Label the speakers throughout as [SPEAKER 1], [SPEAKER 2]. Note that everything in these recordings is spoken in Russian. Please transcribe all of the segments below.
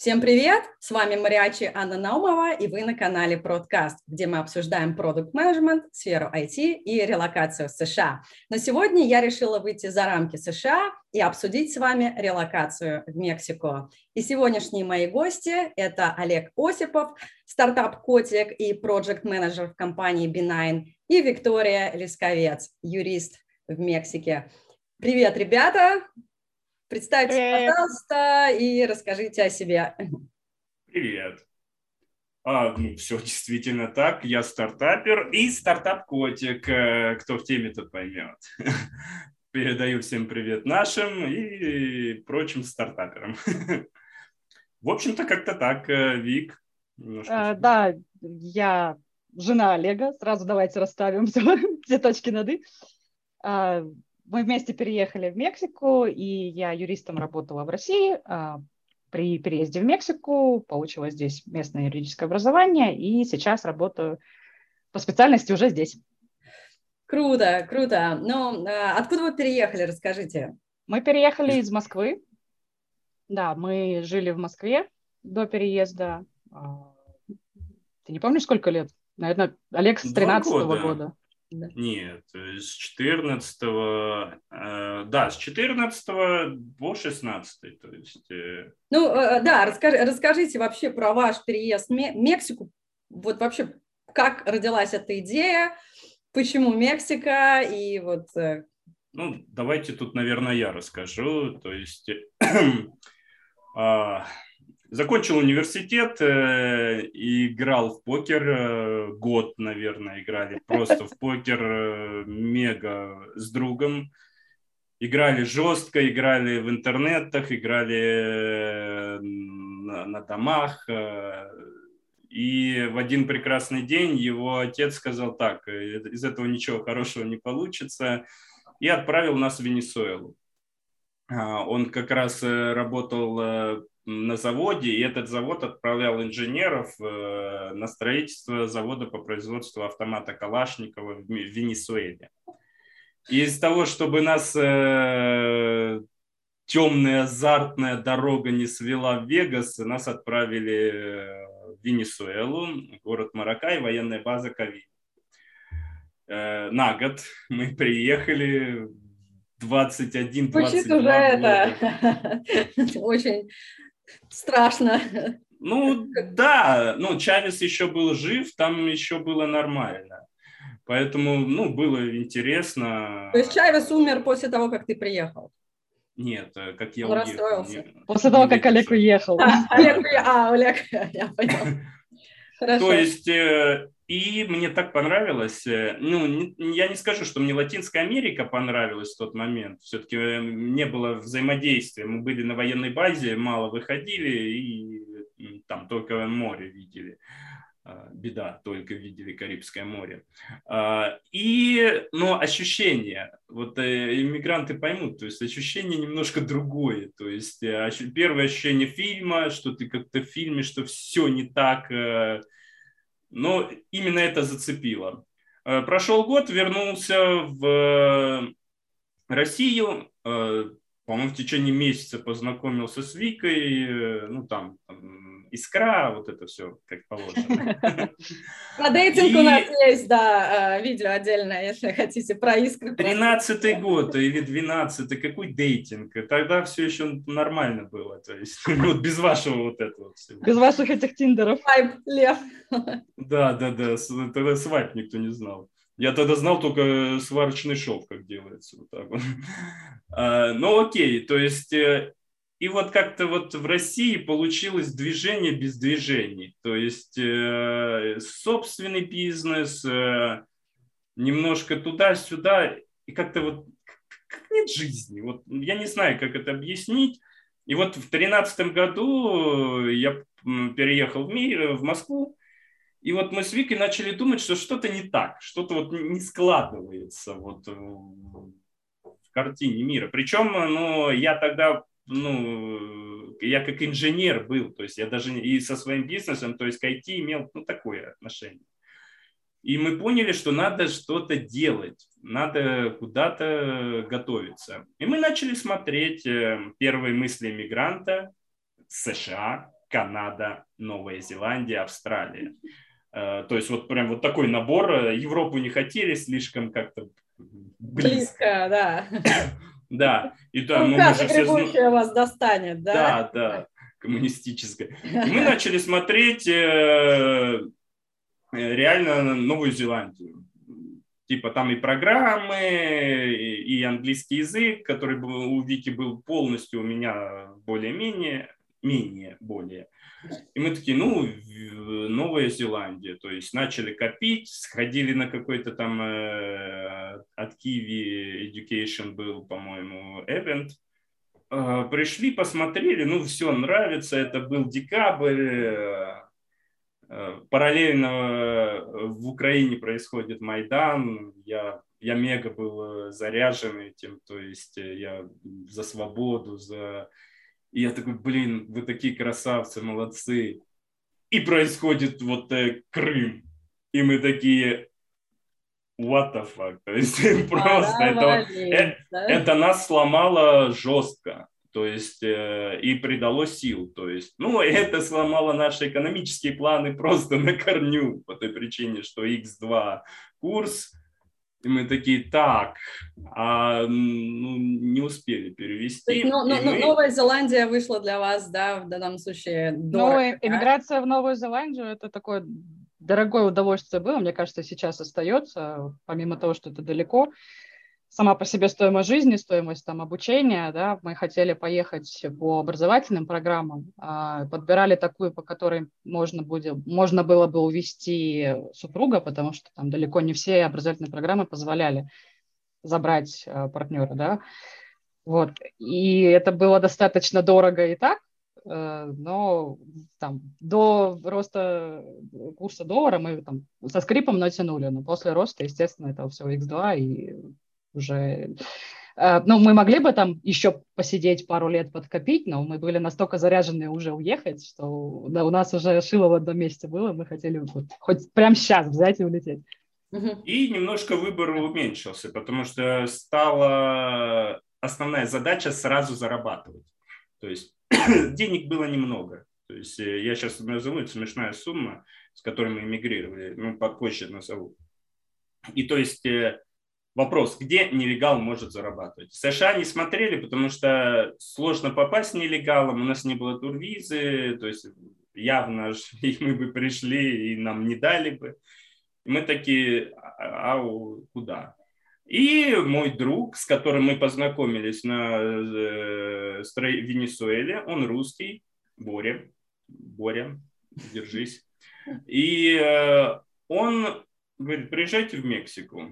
[SPEAKER 1] Всем привет! С вами Мариачи Анна Наумова, и вы на канале Продкаст, где мы обсуждаем продукт-менеджмент, сферу IT и релокацию в США. Но сегодня я решила выйти за рамки США и обсудить с вами релокацию в Мексику. И сегодняшние мои гости – это Олег Осипов, стартап-котик и проект-менеджер в компании B9, и Виктория Лисковец, юрист в Мексике. Привет, ребята! Представьтесь, пожалуйста, и расскажите о себе.
[SPEAKER 2] Привет. Все действительно так. Я стартапер и стартап-котик. Кто в теме, тот поймет. Передаю всем привет нашим и прочим стартаперам. В общем-то, как-то так, Вик.
[SPEAKER 3] Да, я жена Олега. Сразу давайте расставим все точки над «и». Мы вместе переехали в Мексику, и я юристом работала в России. При переезде в Мексику получила здесь местное юридическое образование, и сейчас работаю по специальности уже здесь.
[SPEAKER 1] Круто, круто. Но откуда вы переехали, расскажите?
[SPEAKER 3] Мы переехали из Москвы. Да, мы жили в Москве до переезда. Ты не помнишь, сколько лет? Наверное, Олег с 13-го года.
[SPEAKER 2] Да. Нет, с 14-го, да, с 14-го по 16-й, то есть...
[SPEAKER 1] Ну, да, расскажите вообще про ваш переезд в Мексику, вот вообще, как родилась эта идея, почему Мексика, и вот...
[SPEAKER 2] Ну, давайте тут, наверное, я расскажу, то есть... Закончил университет, играл в покер, год, наверное, играли просто в покер мега с другом. Играли жестко, играли в интернетах, играли на домах. И в один прекрасный день его отец сказал так: из этого ничего хорошего не получится, и отправил нас в Венесуэлу. Он как раз работал на заводе, и этот завод отправлял инженеров на строительство завода по производству автомата Калашникова в Венесуэле. И из того, чтобы нас темная азартная дорога не свела в Вегас, нас отправили в Венесуэлу, город Маракай, военная база Кавиа. На год мы приехали 21-22 года.
[SPEAKER 1] Это очень страшно.
[SPEAKER 2] Ну да, Чавес еще был жив, там еще было нормально. Поэтому, было интересно.
[SPEAKER 1] То есть Чавес умер после того, как ты приехал?
[SPEAKER 2] Нет, как я
[SPEAKER 1] Он
[SPEAKER 2] уехал.
[SPEAKER 1] расстроился.
[SPEAKER 3] После того, как Олег уехал.
[SPEAKER 1] Олег, я понял. Хорошо.
[SPEAKER 2] То есть, и мне так понравилось, я не скажу, что мне Латинская Америка понравилась в тот момент, все-таки не было взаимодействия, мы были на военной базе, мало выходили и там только море видели. Беда, только видели Карибское море. Но ощущение, вот иммигранты поймут, то есть ощущение немножко другое. То есть первое ощущение фильма, что ты как-то в фильме, что все не так, но именно это зацепило. Прошел год, вернулся в Россию, по-моему, в течение месяца познакомился с Викой, искра, вот это все, как положено.
[SPEAKER 1] Про дейтинг у нас есть, да, видео отдельное, если хотите, про искру.
[SPEAKER 2] 13-й год или 12-й, какой дейтинг? Тогда все еще нормально было, то есть вот без вашего вот этого всего.
[SPEAKER 3] Без ваших этих тиндеров.
[SPEAKER 1] Свайп, Лев.
[SPEAKER 2] Да, тогда свайп никто не знал. Я тогда знал только сварочный шов, как делается. Вот так вот. Окей, то есть... И вот как-то вот в России получилось движение без движений. То есть собственный бизнес, немножко туда-сюда, и как-то вот как нет жизни. Вот я не знаю, как это объяснить. И вот в 2013 году я переехал в Москву, и вот мы с Викой начали думать, что что-то не так, что-то вот не складывается вот в картине мира. Причем, я тогда... я как инженер был, то есть я даже и со своим бизнесом, то есть к IT имел такое отношение. И мы поняли, что надо что-то делать, надо куда-то готовиться. И мы начали смотреть первые мысли мигранта, США, Канада, Новая Зеландия, Австралия. То есть вот прям вот такой набор. Европу не хотели, слишком как-то близко.
[SPEAKER 1] Да.
[SPEAKER 2] Да, и там,
[SPEAKER 1] Ну,
[SPEAKER 2] мы
[SPEAKER 1] каша
[SPEAKER 2] же все знаем.
[SPEAKER 1] грибущая вас достанет, да?
[SPEAKER 2] Да, коммунистическая. И мы начали смотреть реально Новую Зеландию. Типа там и программы, и английский язык, который у Вики был полностью у меня более-менее, более. И мы такие, ну, Новая Зеландия. То есть начали копить, сходили на какой-то там от Kiwi Education был, по-моему, event. Пришли, посмотрели, ну, все нравится. Это был декабрь. Параллельно в Украине происходит Майдан. Я мега был заряжен этим. То есть я за свободу, И я такой, блин, вы такие красавцы, молодцы. И происходит вот Крым. И мы такие, what the fuck. То есть просто это нас сломало жестко. То есть и придало сил. То есть, ну, это сломало наши экономические планы просто на корню. По той причине, что X2 курс. И мы такие, так, не успели перевести.
[SPEAKER 1] Новая Зеландия вышла для вас, да, в данном случае дорого.
[SPEAKER 3] Ну, эмиграция в Новую Зеландию – это такое дорогое удовольствие было, мне кажется, сейчас остается, помимо того, что это далеко. Сама по себе стоимость жизни, стоимость там обучения, да, мы хотели поехать по образовательным программам, подбирали такую, по которой можно было бы увезти супруга, потому что там далеко не все образовательные программы позволяли забрать партнера, да, вот, и это было достаточно дорого и так, но там до роста курса доллара мы там со скрипом натянули, но после роста, естественно, это все X2 и уже, ну, мы могли бы там еще посидеть пару лет подкопить, но мы были настолько заряжены уже уехать, что да, у нас уже шило в одном месте было, мы хотели вот, хоть прямо сейчас взять и улететь.
[SPEAKER 2] И немножко выбор уменьшился, потому что стала основная задача сразу зарабатывать. То есть денег было немного. То есть я сейчас назову, это смешная сумма, с которой мы эмигрировали, ну, попозже назову. И то есть вопрос, где нелегал может зарабатывать. В США не смотрели, потому что сложно попасть нелегалом, у нас не было турвизы, то есть явно мы бы пришли и нам не дали бы. И мы такие, куда? И мой друг, с которым мы познакомились на Венесуэле, он русский, Боря, держись. И он говорит, приезжайте в Мексику.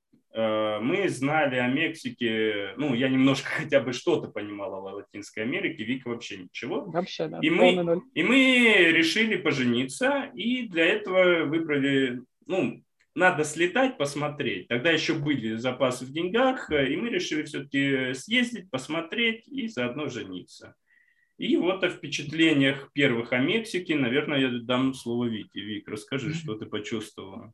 [SPEAKER 2] Мы знали о Мексике, ну, я немножко хотя бы что-то понимал о Латинской Америке, Вика вообще ничего.
[SPEAKER 3] Вообще, да.
[SPEAKER 2] И мы решили пожениться, и для этого выбрали, ну, надо слетать, посмотреть. Тогда еще были запасы в деньгах, и мы решили все-таки съездить, посмотреть и заодно жениться. И вот о впечатлениях первых о Мексике, наверное, я дам слово Вике. Вик, расскажи, что ты почувствовала.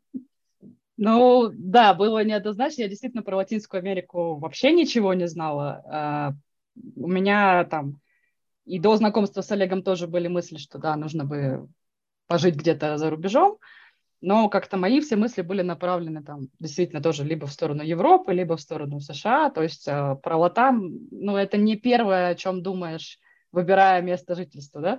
[SPEAKER 3] Ну, да, было неоднозначно. Я действительно про Латинскую Америку вообще ничего не знала. У меня там и до знакомства с Олегом тоже были мысли, что да, нужно бы пожить где-то за рубежом. Но как-то мои все мысли были направлены там действительно тоже либо в сторону Европы, либо в сторону США. То есть про Латам, ну, это не первое, о чем думаешь, выбирая место жительства,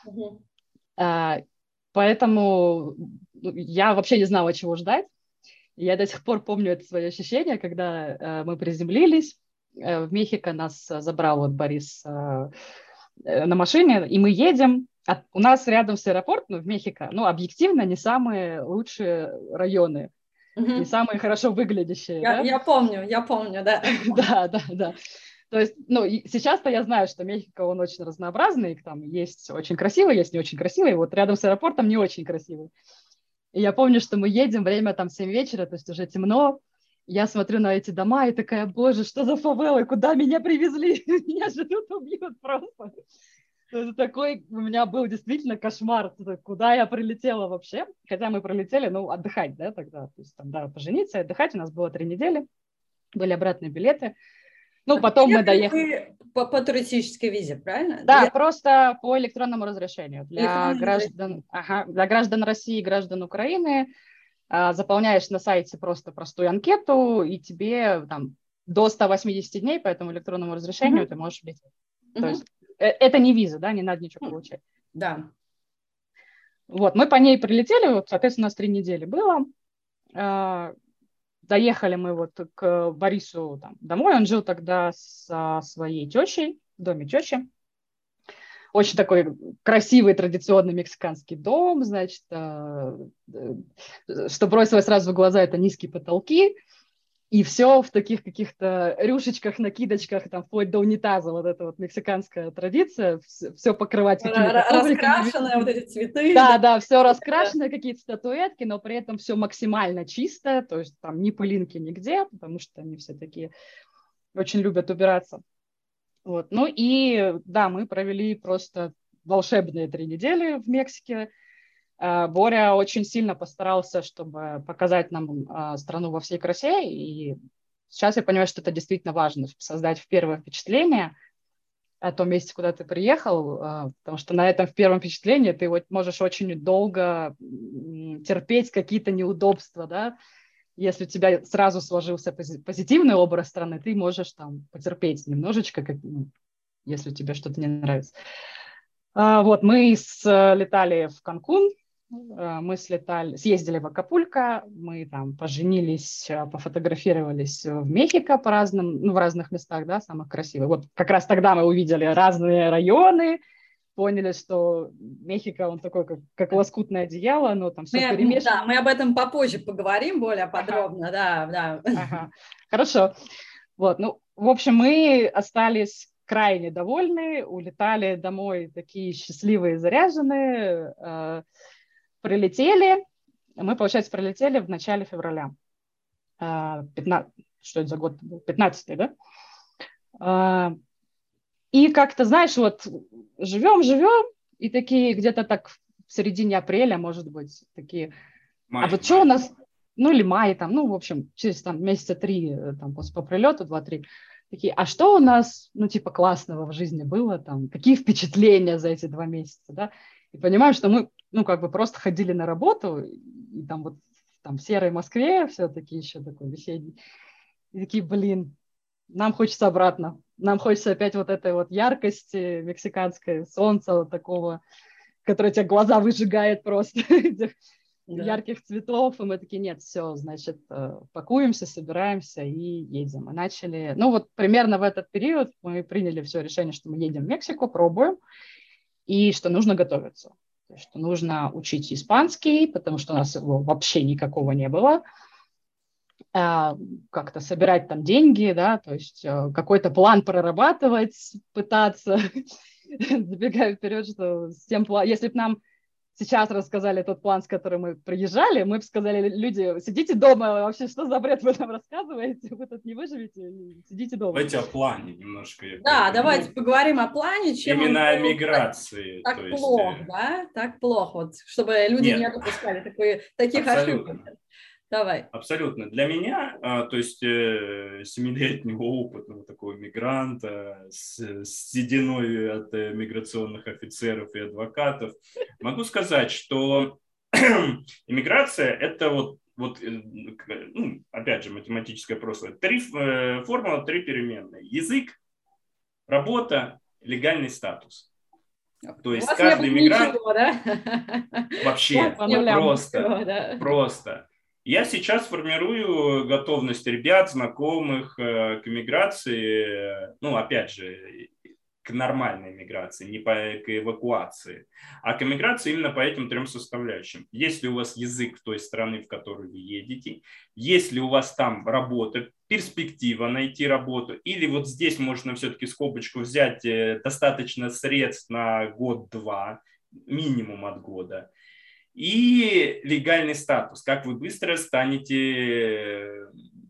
[SPEAKER 3] да? Поэтому я вообще не знала, чего ждать. Я до сих пор помню это свое ощущение, когда мы приземлились. В Мехико нас забрал вот Борис на машине, и мы едем. У нас рядом с аэропортом в Мехико, ну, объективно, не самые лучшие районы, не самые хорошо выглядящие.
[SPEAKER 1] Я помню, да.
[SPEAKER 3] Да. То есть, ну, сейчас-то я знаю, что Мехико, он очень разнообразный, там есть очень красивый, есть не очень красивый, вот рядом с аэропортом не очень красивый. И я помню, что мы едем, время там 7 вечера, то есть уже темно. Я смотрю на эти дома и такая, боже, что за фавелы, куда меня привезли? Меня же тут убьют просто. Это такой у меня был действительно кошмар, куда я прилетела вообще. Хотя мы прилетели, ну, отдыхать, да, тогда. То есть там, да, пожениться, отдыхать. У нас было 3 недели, были обратные билеты. Ну, потом мы доехали.
[SPEAKER 1] По туристической визе, правильно?
[SPEAKER 3] Да, просто по электронному разрешению. Для граждан России и граждан Украины заполняешь на сайте просто простую анкету, и тебе там до 180 дней по этому электронному разрешению ты можешь лететь. То есть это не виза, да, не надо ничего получать.
[SPEAKER 1] Да.
[SPEAKER 3] Вот, мы по ней прилетели, вот, соответственно, у нас 3 недели было. Доехали мы вот к Борису там, домой, он жил тогда со своей тещей, в доме тещи. Очень такой красивый традиционный мексиканский дом, значит, что бросилось сразу в глаза, это низкие потолки, и все в таких каких-то рюшечках, накидочках, там, вплоть до унитаза, вот эта вот мексиканская традиция, все покрывать какими-то ковриками.
[SPEAKER 1] Раскрашенные вот эти цветы.
[SPEAKER 3] Да, все раскрашенное, какие-то статуэтки, но при этом все максимально чистое, то есть там ни пылинки нигде, потому что они все такие очень любят убираться. Вот. Ну и да, мы провели просто волшебные 3 недели в Мексике. Боря очень сильно постарался, чтобы показать нам страну во всей красе, и сейчас я понимаю, что это действительно важно, чтобы создать первое впечатление о том месте, куда ты приехал, потому что на этом в первом впечатлении ты вот можешь очень долго терпеть какие-то неудобства, да. Если у тебя сразу сложился позитивный образ страны, ты можешь там потерпеть немножечко, если тебе что-то не нравится. Вот, мы слетали в Канкун, мы съездили в Акапулько, мы там поженились, пофотографировались в Мехико по в разных местах, да, самых красивых. Вот как раз тогда мы увидели разные районы, поняли, что Мехико, он такой, как лоскутное одеяло, но там все перемешано.
[SPEAKER 1] Да, мы об этом попозже поговорим более подробно, да.
[SPEAKER 3] Ага. Хорошо. Вот, ну, в общем, мы остались крайне довольны, улетали домой такие счастливые, заряженные, прилетели. Мы, получается, прилетели в начале февраля. 15, что это за год был? 15-й, да? И как-то, знаешь, вот живем, и такие где-то так в середине апреля, может быть, такие, вот что у нас, ну или май, там, ну, в общем, через там месяца 3, там, по прилету, 2-3, такие, а что у нас, ну, типа, классного в жизни было, там, какие впечатления за эти 2 месяца, да, и понимаем, что мы, ну, как бы просто ходили на работу, и там вот там в серой Москве все-таки еще такой весенний, и такие, блин, нам хочется обратно. Нам хочется опять вот этой вот яркости мексиканской, солнца вот такого, которое тебе глаза выжигает просто, ярких цветов. И мы такие, нет, все, значит, пакуемся, собираемся и едем. Мы начали, ну вот примерно в этот период мы приняли все решение, что мы едем в Мексику, пробуем, и что нужно готовиться. Что нужно учить испанский, потому что у нас его вообще никакого не было. Как-то собирать там деньги, да, то есть какой-то план прорабатывать, пытаться, забегая вперед, что с тем планом, если бы нам сейчас рассказали тот план, с которым мы приезжали, мы бы сказали, люди, сидите дома, вообще что за бред вы нам рассказываете, вы тут не выживете, сидите дома.
[SPEAKER 2] Давайте о плане немножко.
[SPEAKER 1] Да, давайте поговорим о плане, чем
[SPEAKER 2] именно о миграции.
[SPEAKER 1] Так плохо, да, так плохо, вот, чтобы люди не допускали таких ошибок. Давай.
[SPEAKER 2] Абсолютно. Для меня, то есть 7-летнего опытного такого мигранта с сединой от миграционных офицеров и адвокатов, могу сказать, что иммиграция – это вот, ну, опять же, математическое прошлое. 3 формула, 3 переменные. Язык, работа, легальный статус. То есть каждый мигрант…
[SPEAKER 1] Ничего, да?
[SPEAKER 2] Вообще, просто. Я сейчас формирую готовность ребят, знакомых к миграции, ну, опять же, к нормальной миграции, не к эвакуации, а к миграции именно по этим 3 составляющим. Если у вас язык той страны, в которую вы едете, если у вас там работа, перспектива найти работу, или вот здесь можно все-таки скобочку взять, достаточно средств на год-два, минимум от года, и легальный статус, как вы быстро станете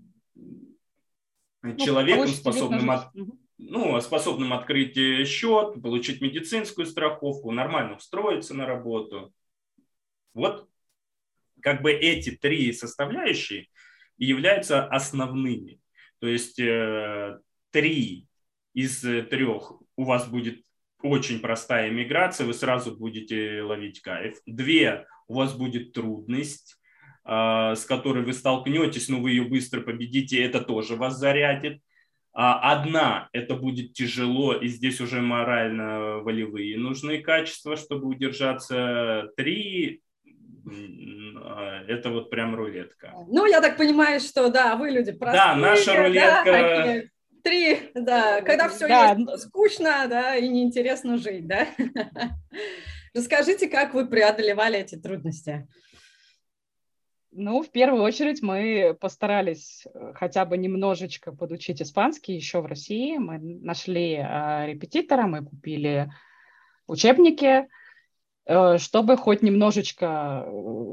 [SPEAKER 2] человеком, способным открыть счет, получить медицинскую страховку, нормально устроиться на работу. Вот как бы эти 3 составляющие являются основными. То есть 3 из 3 у вас будет очень простая иммиграция, вы сразу будете ловить кайф. 2 у вас будет трудность, с которой вы столкнетесь, но вы ее быстро победите, это тоже вас зарядит. 1 это будет тяжело, и здесь уже морально-волевые нужны качества, чтобы удержаться. 3 это вот прям рулетка.
[SPEAKER 1] Ну, я так понимаю, что да, вы люди простые.
[SPEAKER 2] Да, наша рулетка.
[SPEAKER 1] Да, 3, да, когда все есть скучно, да, и неинтересно жить, да. Расскажите, как вы преодолевали эти трудности?
[SPEAKER 3] Ну, в первую очередь мы постарались хотя бы немножечко подучить испанский еще в России. Мы нашли репетитора, мы купили учебники, чтобы хоть немножечко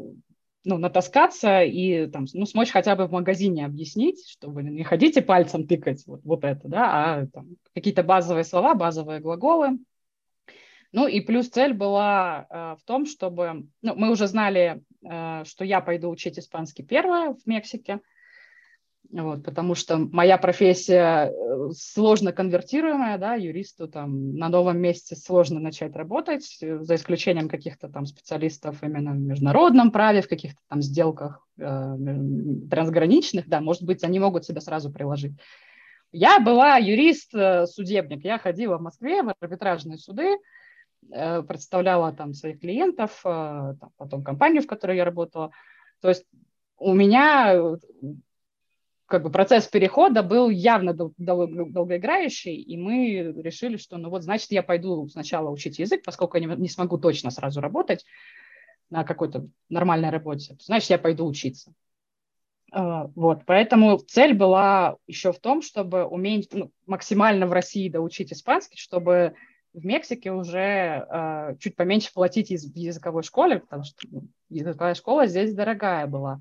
[SPEAKER 3] натаскаться и там, смочь хотя бы в магазине объяснить, чтобы не ходите пальцем тыкать вот это, да, а там, какие-то базовые слова, базовые глаголы. Ну и плюс цель была в том, чтобы... мы уже знали, что я пойду учить испанский первое в Мексике, вот, потому что моя профессия сложно конвертируемая, да, юристу там на новом месте сложно начать работать, за исключением каких-то там специалистов именно в международном праве, в каких-то там сделках трансграничных, да, может быть, они могут себя сразу приложить. Я была юрист-судебник, я ходила в Москве в арбитражные суды, представляла там своих клиентов, там, потом компанию, в которой я работала. То есть у меня как бы процесс перехода был явно долгоиграющий, и мы решили, что значит, я пойду сначала учить язык, поскольку я не смогу точно сразу работать на какой-то нормальной работе, значит, я пойду учиться. Вот, поэтому цель была еще в том, чтобы уметь максимально в России доучить испанский, чтобы в Мексике уже чуть поменьше платить в языковой школе, потому что языковая школа здесь дорогая была.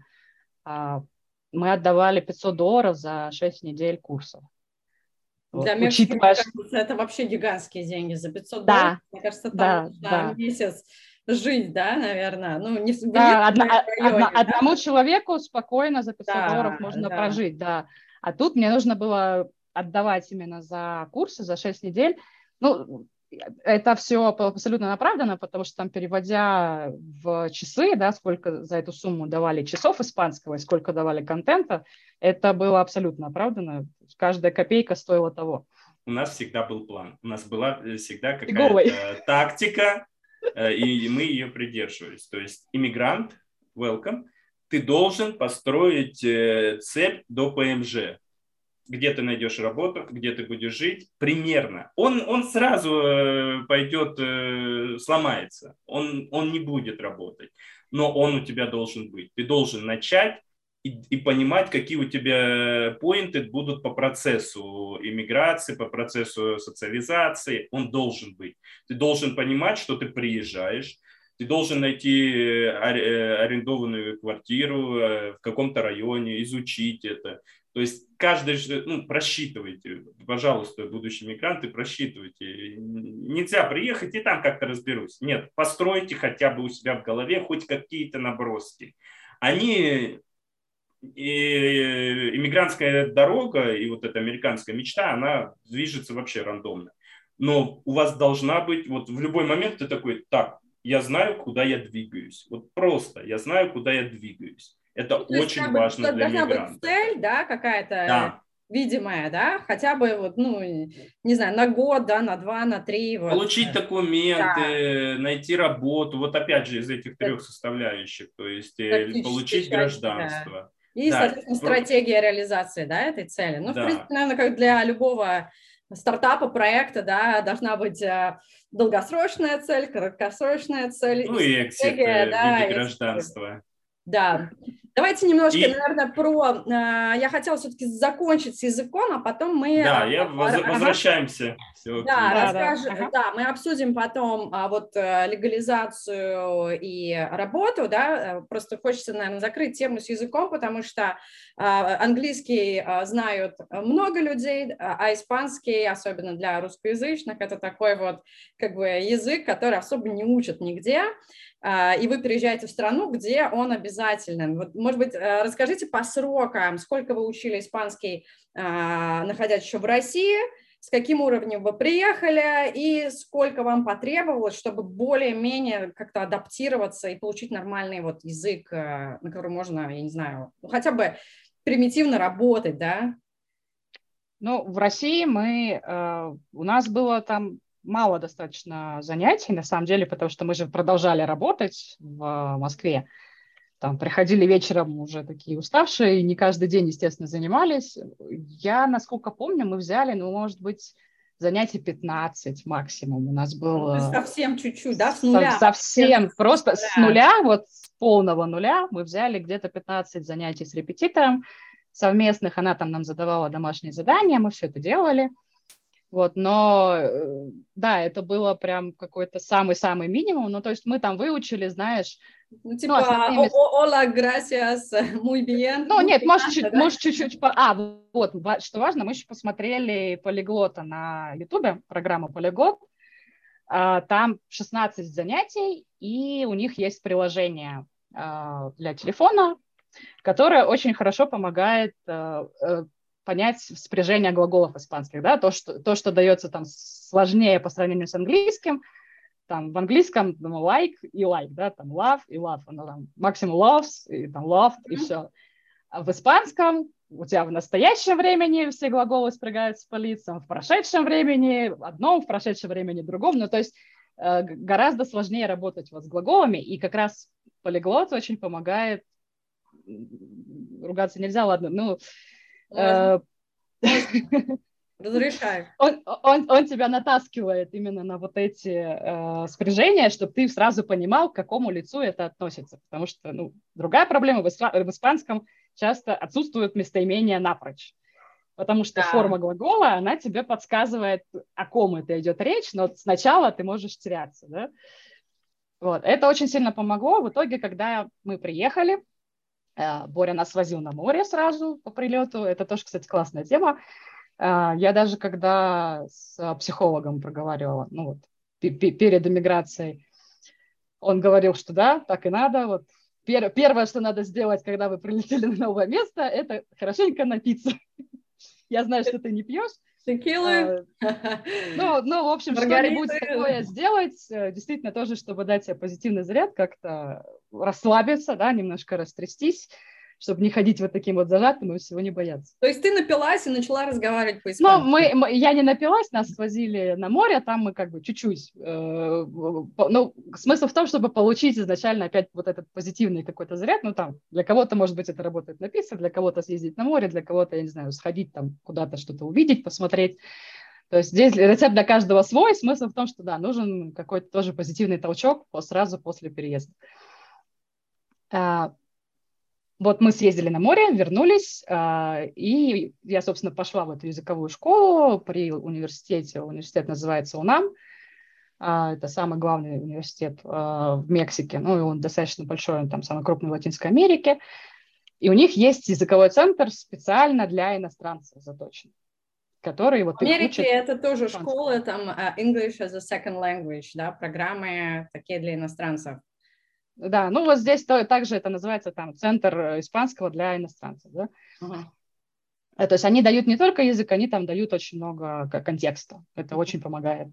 [SPEAKER 3] Мы отдавали $500 за 6 недель курсов.
[SPEAKER 1] Для Мексики, мне кажется, это вообще гигантские деньги. За $500,
[SPEAKER 3] да,
[SPEAKER 1] мне кажется, там
[SPEAKER 3] да.
[SPEAKER 1] месяц жить, да, наверное. Ну, не в
[SPEAKER 3] районе, одному человеку спокойно за $500 можно прожить, да. А тут мне нужно было отдавать именно за курсы, за 6 недель. Ну, это все абсолютно оправдано, потому что там, переводя в часы, да, сколько за эту сумму давали часов испанского и сколько давали контента, это было абсолютно оправдано. Каждая копейка стоила того.
[SPEAKER 2] У нас всегда был план. У нас была всегда какая-то тактика, и мы ее придерживались. То есть иммигрант, welcome, ты должен построить цепь до ПМЖ. Где ты найдешь работу, где ты будешь жить, примерно. Он сразу пойдет, сломается, он не будет работать, но он у тебя должен быть. Ты должен начать и понимать, какие у тебя поинты будут по процессу иммиграции, по процессу социализации. Он должен быть. Ты должен понимать, что ты приезжаешь, ты должен найти арендованную квартиру в каком-то районе, изучить это. То есть каждый, просчитывайте, пожалуйста, будущие мигранты, просчитывайте. Нельзя приехать и там как-то разберусь. Нет, постройте хотя бы у себя в голове хоть какие-то наброски. Иммигрантская дорога и вот эта американская мечта, она движется вообще рандомно. Но у вас должна быть, вот в любой момент ты такой, так, я знаю, куда я двигаюсь. Вот просто я знаю, куда я двигаюсь. Это очень важно для мигранта.
[SPEAKER 1] Должна быть цель, да, какая-то видимая, да, хотя бы не знаю, на год, да, на 2, на 3.
[SPEAKER 2] Получить документы, найти работу, вот опять же из этих 3 составляющих, то есть получить гражданство.
[SPEAKER 1] Да. И, соответственно, стратегия реализации, да, этой цели. Ну, в принципе, наверное, как для любого стартапа, проекта, да, должна быть долгосрочная цель, краткосрочная цель.
[SPEAKER 2] Ну и экзит в виде гражданства.
[SPEAKER 1] Да. Давайте немножко, наверное, я хотела все-таки закончить с языком, а потом мы...
[SPEAKER 2] Да, возвращаемся.
[SPEAKER 1] Да, мы обсудим потом легализацию и работу, да, просто хочется, наверное, закрыть тему с языком, потому что английский знают много людей, а испанский, особенно для русскоязычных, это такой язык, который особо не учат нигде. И вы приезжаете в страну, где он обязателен. Вот может быть, расскажите по срокам, сколько вы учили испанский, находясь еще в России, с каким уровнем вы приехали и сколько вам потребовалось, чтобы более-менее как-то адаптироваться и получить нормальный вот язык, на который можно, я не знаю, ну, хотя бы примитивно работать, да?
[SPEAKER 3] Ну, в России у нас было там мало достаточно занятий, на самом деле, потому что мы же продолжали работать в Москве. Там приходили вечером уже такие уставшие, и не каждый день, естественно, занимались. Я, насколько помню, мы взяли, ну, может быть, занятий 15 максимум. У нас было...
[SPEAKER 1] Совсем чуть-чуть, да, с нуля?
[SPEAKER 3] Совсем, просто с нуля, вот с полного нуля мы взяли где-то 15 занятий с репетитором совместных. Она там нам задавала домашние задания, мы все это делали. Вот, но да, это было прям какой-то самый-самый минимум. Ну, то есть мы там выучили, знаешь,
[SPEAKER 1] ну, типа,
[SPEAKER 3] основные...
[SPEAKER 1] hola, gracias, muy bien.
[SPEAKER 3] Ну, нет, может, чуть-чуть... Вот, что важно, мы еще посмотрели полиглота на Ютубе, программу Полиглот. Там 16 занятий, и у них есть приложение для телефона, которое очень хорошо помогает понять спряжение глаголов испанских, да, то, что дается там сложнее по сравнению с английским, там в английском like и like, да, там love и love, оно там максимум loves и там loved и все. А в испанском у тебя в настоящем времени все глаголы спрягаются по лицам, в прошедшем времени одном, в прошедшем времени другом, ну, то есть гораздо сложнее работать вот с глаголами, и как раз полиглот очень помогает, ругаться нельзя, ладно, ну,
[SPEAKER 1] разрешаю.
[SPEAKER 3] Он тебя натаскивает именно на вот эти спряжения, чтобы ты сразу понимал, к какому лицу это относится. Потому что ну, другая проблема в испанском часто отсутствует местоимение напрочь. Потому что форма глагола, она тебе подсказывает, о ком это идет речь, но сначала ты можешь теряться. Да? Вот. Это очень сильно помогло. В итоге, когда мы приехали, Боря нас возил на море сразу по прилету. Это тоже, кстати, классная тема. Я даже когда с психологом проговаривала, ну вот, перед эмиграцией, он говорил, что да, так и надо. Вот первое, что надо сделать, когда вы прилетели на новое место, это хорошенько напиться. Я знаю, что ты не пьешь.
[SPEAKER 1] Текилы.
[SPEAKER 3] Ну, в общем, что-нибудь такое сделать, действительно тоже, чтобы дать себе позитивный заряд, как-то расслабиться, да, немножко растрястись, чтобы не ходить вот таким вот зажатым и всего не бояться.
[SPEAKER 1] То есть ты напилась и начала разговаривать по-испански?
[SPEAKER 3] Ну, я не напилась, нас свозили на море, там мы как бы чуть-чуть. Ну, смысл в том, чтобы получить изначально опять вот этот позитивный какой-то заряд. Ну, там, для кого-то, может быть, это работает на пицце, для кого-то съездить на море, для кого-то, я не знаю, сходить там куда-то что-то увидеть, посмотреть. То есть здесь рецепт для каждого свой. Смысл в том, что, да, нужен какой-то тоже позитивный толчок сразу после переезда. Вот мы съездили на море, вернулись, и я, собственно, пошла в эту языковую школу при университете. Университет называется УНАМ. Это самый главный университет в Мексике. Ну, и он достаточно большой, он там самый крупный в Латинской Америке. И у них есть языковой центр специально для иностранцев заточен, который вот
[SPEAKER 1] в Америке
[SPEAKER 3] учат
[SPEAKER 1] это тоже школы, там English as a second language, да, программы такие для иностранцев.
[SPEAKER 3] Да, ну вот здесь также это называется там Центр испанского для иностранцев, да. То есть они дают не только язык, они там дают очень много контекста. Это очень помогает.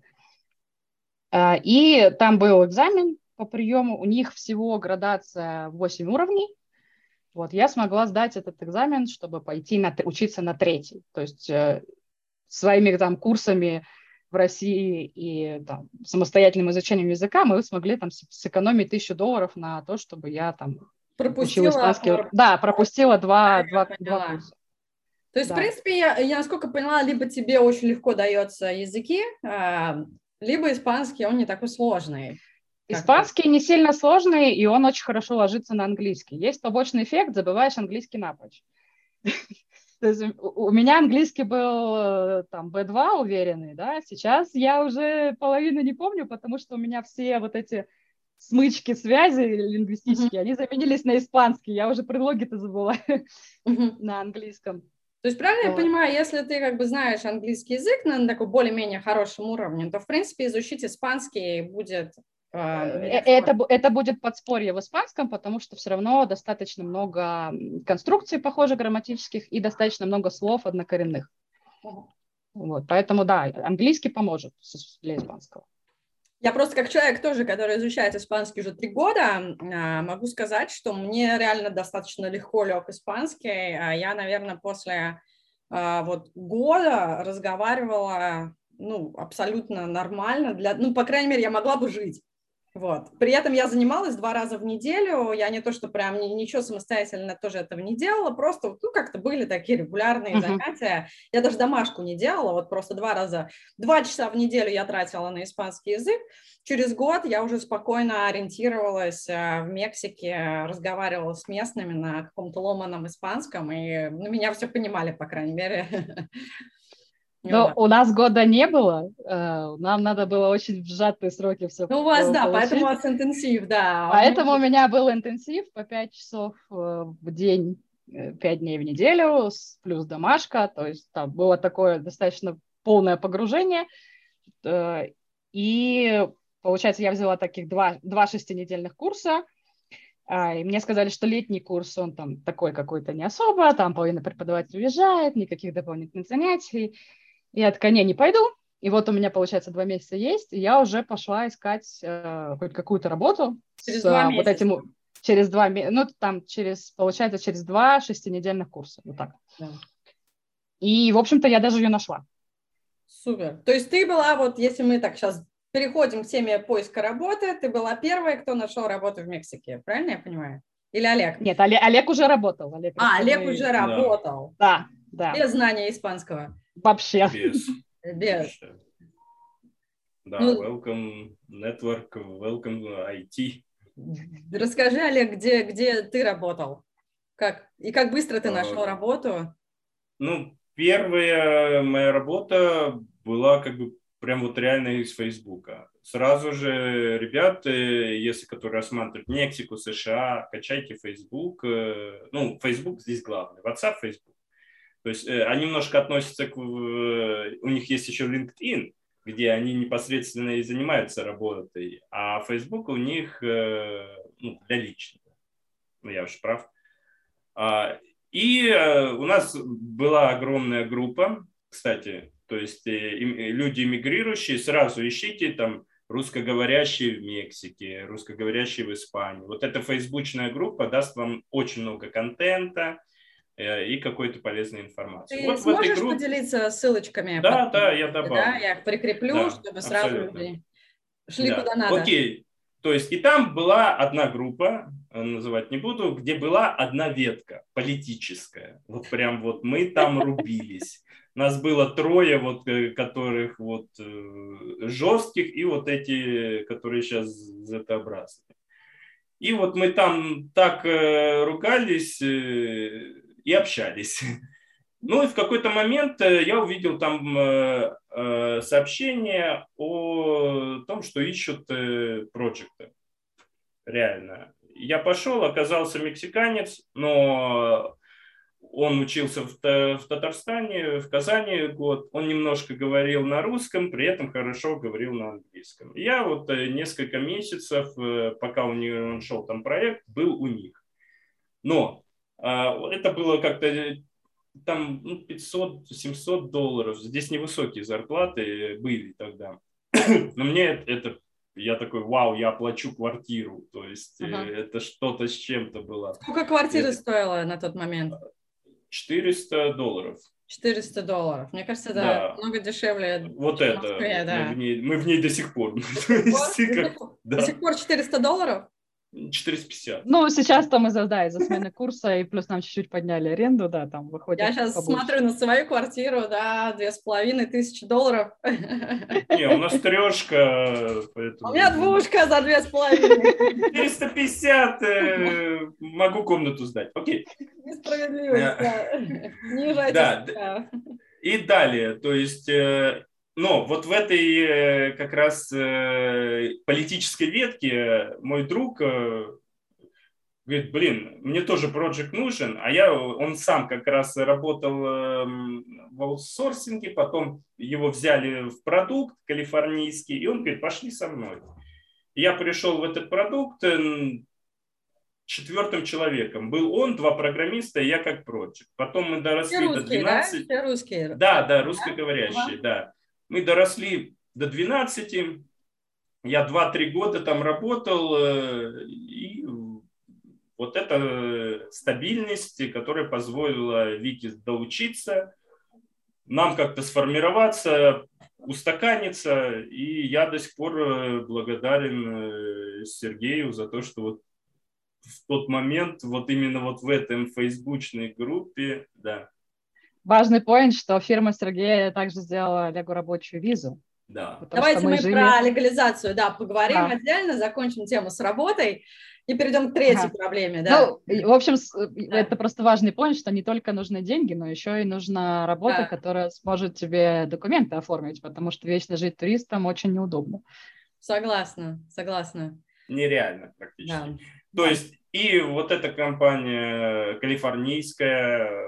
[SPEAKER 3] И там был экзамен по приему. У них всего градация 8 уровней. Вот я смогла сдать этот экзамен, чтобы пойти учиться на 3-й. То есть своими там курсами в России и там, самостоятельным изучением языка мы смогли там сэкономить $1000 на то, чтобы я там учила испанский. Да, пропустила два курса.
[SPEAKER 1] То есть, да. В принципе, я насколько поняла, либо тебе очень легко дается языки, либо испанский, он не такой сложный.
[SPEAKER 3] Испанский не сильно сложный, и он очень хорошо ложится на английский. Есть побочный эффект, забываешь английский напрочь. То есть у меня английский был там B2 уверенный, да, сейчас я уже половину не помню, потому что у меня все вот эти смычки связи лингвистические, они заменились на испанский, я уже предлоги-то забыла на английском.
[SPEAKER 1] То есть, правильно я понимаю, если ты как бы знаешь английский язык на таком более-менее хорошем уровне, то, в принципе, изучить испанский будет
[SPEAKER 3] Это будет подспорье в испанском, потому что все равно достаточно много конструкций, похоже, грамматических, и достаточно много слов однокоренных. Вот, поэтому, да, английский поможет для испанского.
[SPEAKER 1] Я просто как человек тоже, который изучает испанский уже 3 года, могу сказать, что мне реально достаточно легко лег испанский. Я, наверное, после вот года разговаривала абсолютно нормально. По крайней мере, я могла бы жить. Вот. При этом я занималась 2 раза в неделю, я не то, что прям ничего самостоятельно тоже этого не делала, просто как-то были такие регулярные занятия. Я даже домашку не делала, вот просто 2 часа в неделю я тратила на испанский язык. Через год я уже спокойно ориентировалась в Мексике, разговаривала с местными на каком-то ломаном испанском, и меня все понимали, по крайней мере.
[SPEAKER 3] Но у нас года не было, нам надо было очень в сжатые сроки все
[SPEAKER 1] у вас, да,
[SPEAKER 3] получить.
[SPEAKER 1] поэтому у вас интенсив, да.
[SPEAKER 3] Поэтому у меня был интенсив по 5 часов в день, 5 дней в неделю, плюс домашка, то есть там было такое достаточно полное погружение. И, получается, я взяла таких 2 6-недельных курса, и мне сказали, что летний курс, он там такой какой-то не особо, там половина преподавателей уезжает, никаких дополнительных занятий. Я такая, не пойду. И вот у меня, получается, 2 месяца есть, и я уже пошла искать хоть какую-то работу.
[SPEAKER 1] Через 2 месяца?
[SPEAKER 3] Вот этим, через 2 месяца, получается, через 2 6-недельных курса. Вот так.
[SPEAKER 1] Да.
[SPEAKER 3] И, в общем-то, я даже ее нашла.
[SPEAKER 1] Супер. То есть ты была, вот если мы так сейчас переходим к теме поиска работы, ты была первой, кто нашел работу в Мексике, правильно я понимаю? Или Олег?
[SPEAKER 3] Нет, Олег уже работал.
[SPEAKER 1] Олег уже работал?
[SPEAKER 3] Да.
[SPEAKER 1] Без знания испанского?
[SPEAKER 3] Вообще.
[SPEAKER 1] Без.
[SPEAKER 2] Да, welcome network, welcome IT.
[SPEAKER 1] Расскажи, Олег, где ты работал? Как быстро ты нашел работу?
[SPEAKER 2] Первая моя работа была прям вот реально из Фейсбука. Сразу же, ребята, если которые рассматривают Мексику, США, качайте Facebook. Facebook здесь главный. WhatsApp, Facebook. То есть они немножко относятся у них есть еще LinkedIn, где они непосредственно и занимаются работой, а Facebook у них для личного. Я уж прав. И у нас была огромная группа, кстати, то есть люди эмигрирующие, сразу ищите там русскоговорящие в Мексике, русскоговорящие в Испании. Вот эта фейсбучная группа даст вам очень много контента и какой-то полезной информации.
[SPEAKER 1] Ты сможешь поделиться ссылочками?
[SPEAKER 2] Да, я добавлю.
[SPEAKER 1] Да, я их прикреплю, чтобы сразу люди шли куда надо.
[SPEAKER 2] Окей. То есть и там была одна группа, называть не буду, где была одна ветка политическая. Вот прям вот мы там рубились. Нас было 3, которых жестких, и вот эти, которые сейчас зетообразные. И вот мы там так ругались и общались. И в какой-то момент я увидел там сообщение о том, что ищут проекты. Реально. Я пошел, оказался мексиканец, но он учился в Татарстане, в Казани год. Он немножко говорил на русском, при этом хорошо говорил на английском. Я несколько месяцев, пока он шел там проект, был у них. Но это было как-то там $500-700. Здесь невысокие зарплаты были тогда. Но мне это, я такой, вау, я оплачу квартиру. То есть это что-то с чем-то было.
[SPEAKER 1] Сколько квартира стоила на тот момент?
[SPEAKER 2] $400.
[SPEAKER 1] $400. Мне кажется, это много дешевле.
[SPEAKER 2] Вот это.
[SPEAKER 1] Москве, да.
[SPEAKER 2] Мы в ней до сих пор.
[SPEAKER 1] До сих пор $400?
[SPEAKER 2] 450.
[SPEAKER 3] Сейчас там из-за смены курса, и плюс нам чуть-чуть подняли аренду, да, там выходит.
[SPEAKER 1] Я сейчас смотрю на свою квартиру, да, $2500.
[SPEAKER 2] Не, у нас 3, поэтому...
[SPEAKER 1] У меня 2 за 2,5.
[SPEAKER 2] 450, могу комнату сдать. Окей.
[SPEAKER 1] Несправедливость, да. Не езжайте сюда.
[SPEAKER 2] И далее, то есть... Но вот в этой как раз политической ветке мой друг говорит, мне тоже проект нужен, он сам как раз работал в аутсорсинге, потом его взяли в продукт калифорнийский, и он говорит, пошли со мной. Я пришел в этот продукт четвертым человеком. Был он, 2 программиста, и я как проджект. Потом мы
[SPEAKER 1] Все
[SPEAKER 2] доросли до
[SPEAKER 1] русские, да?
[SPEAKER 2] 12.
[SPEAKER 1] Все русские.
[SPEAKER 2] Да, русскоговорящие,
[SPEAKER 1] Ага.
[SPEAKER 2] да. Мы доросли до 12. Я 2-3 года там работал, и вот эта стабильность, которая позволила Вике доучиться, нам как-то сформироваться, устаканиться, и я до сих пор благодарен Сергею за то, что вот в тот момент, вот именно вот в этом фейсбучной группе, да.
[SPEAKER 3] Важный поинт, что фирма Сергея также сделала Олегу рабочую визу.
[SPEAKER 2] Да.
[SPEAKER 3] Потому
[SPEAKER 1] Давайте
[SPEAKER 3] что
[SPEAKER 1] мы
[SPEAKER 3] жили...
[SPEAKER 1] про легализацию, да, поговорим
[SPEAKER 3] Да.
[SPEAKER 1] отдельно, закончим тему с работой и перейдем к третьей проблеме, да.
[SPEAKER 3] Ну, в общем, это просто важный поинт, что не только нужны деньги, но еще и нужна работа, которая сможет тебе документы оформить, потому что вечно жить туристом очень неудобно.
[SPEAKER 1] Согласна.
[SPEAKER 2] Нереально практически.
[SPEAKER 1] Да.
[SPEAKER 2] То есть и вот эта компания калифорнийская,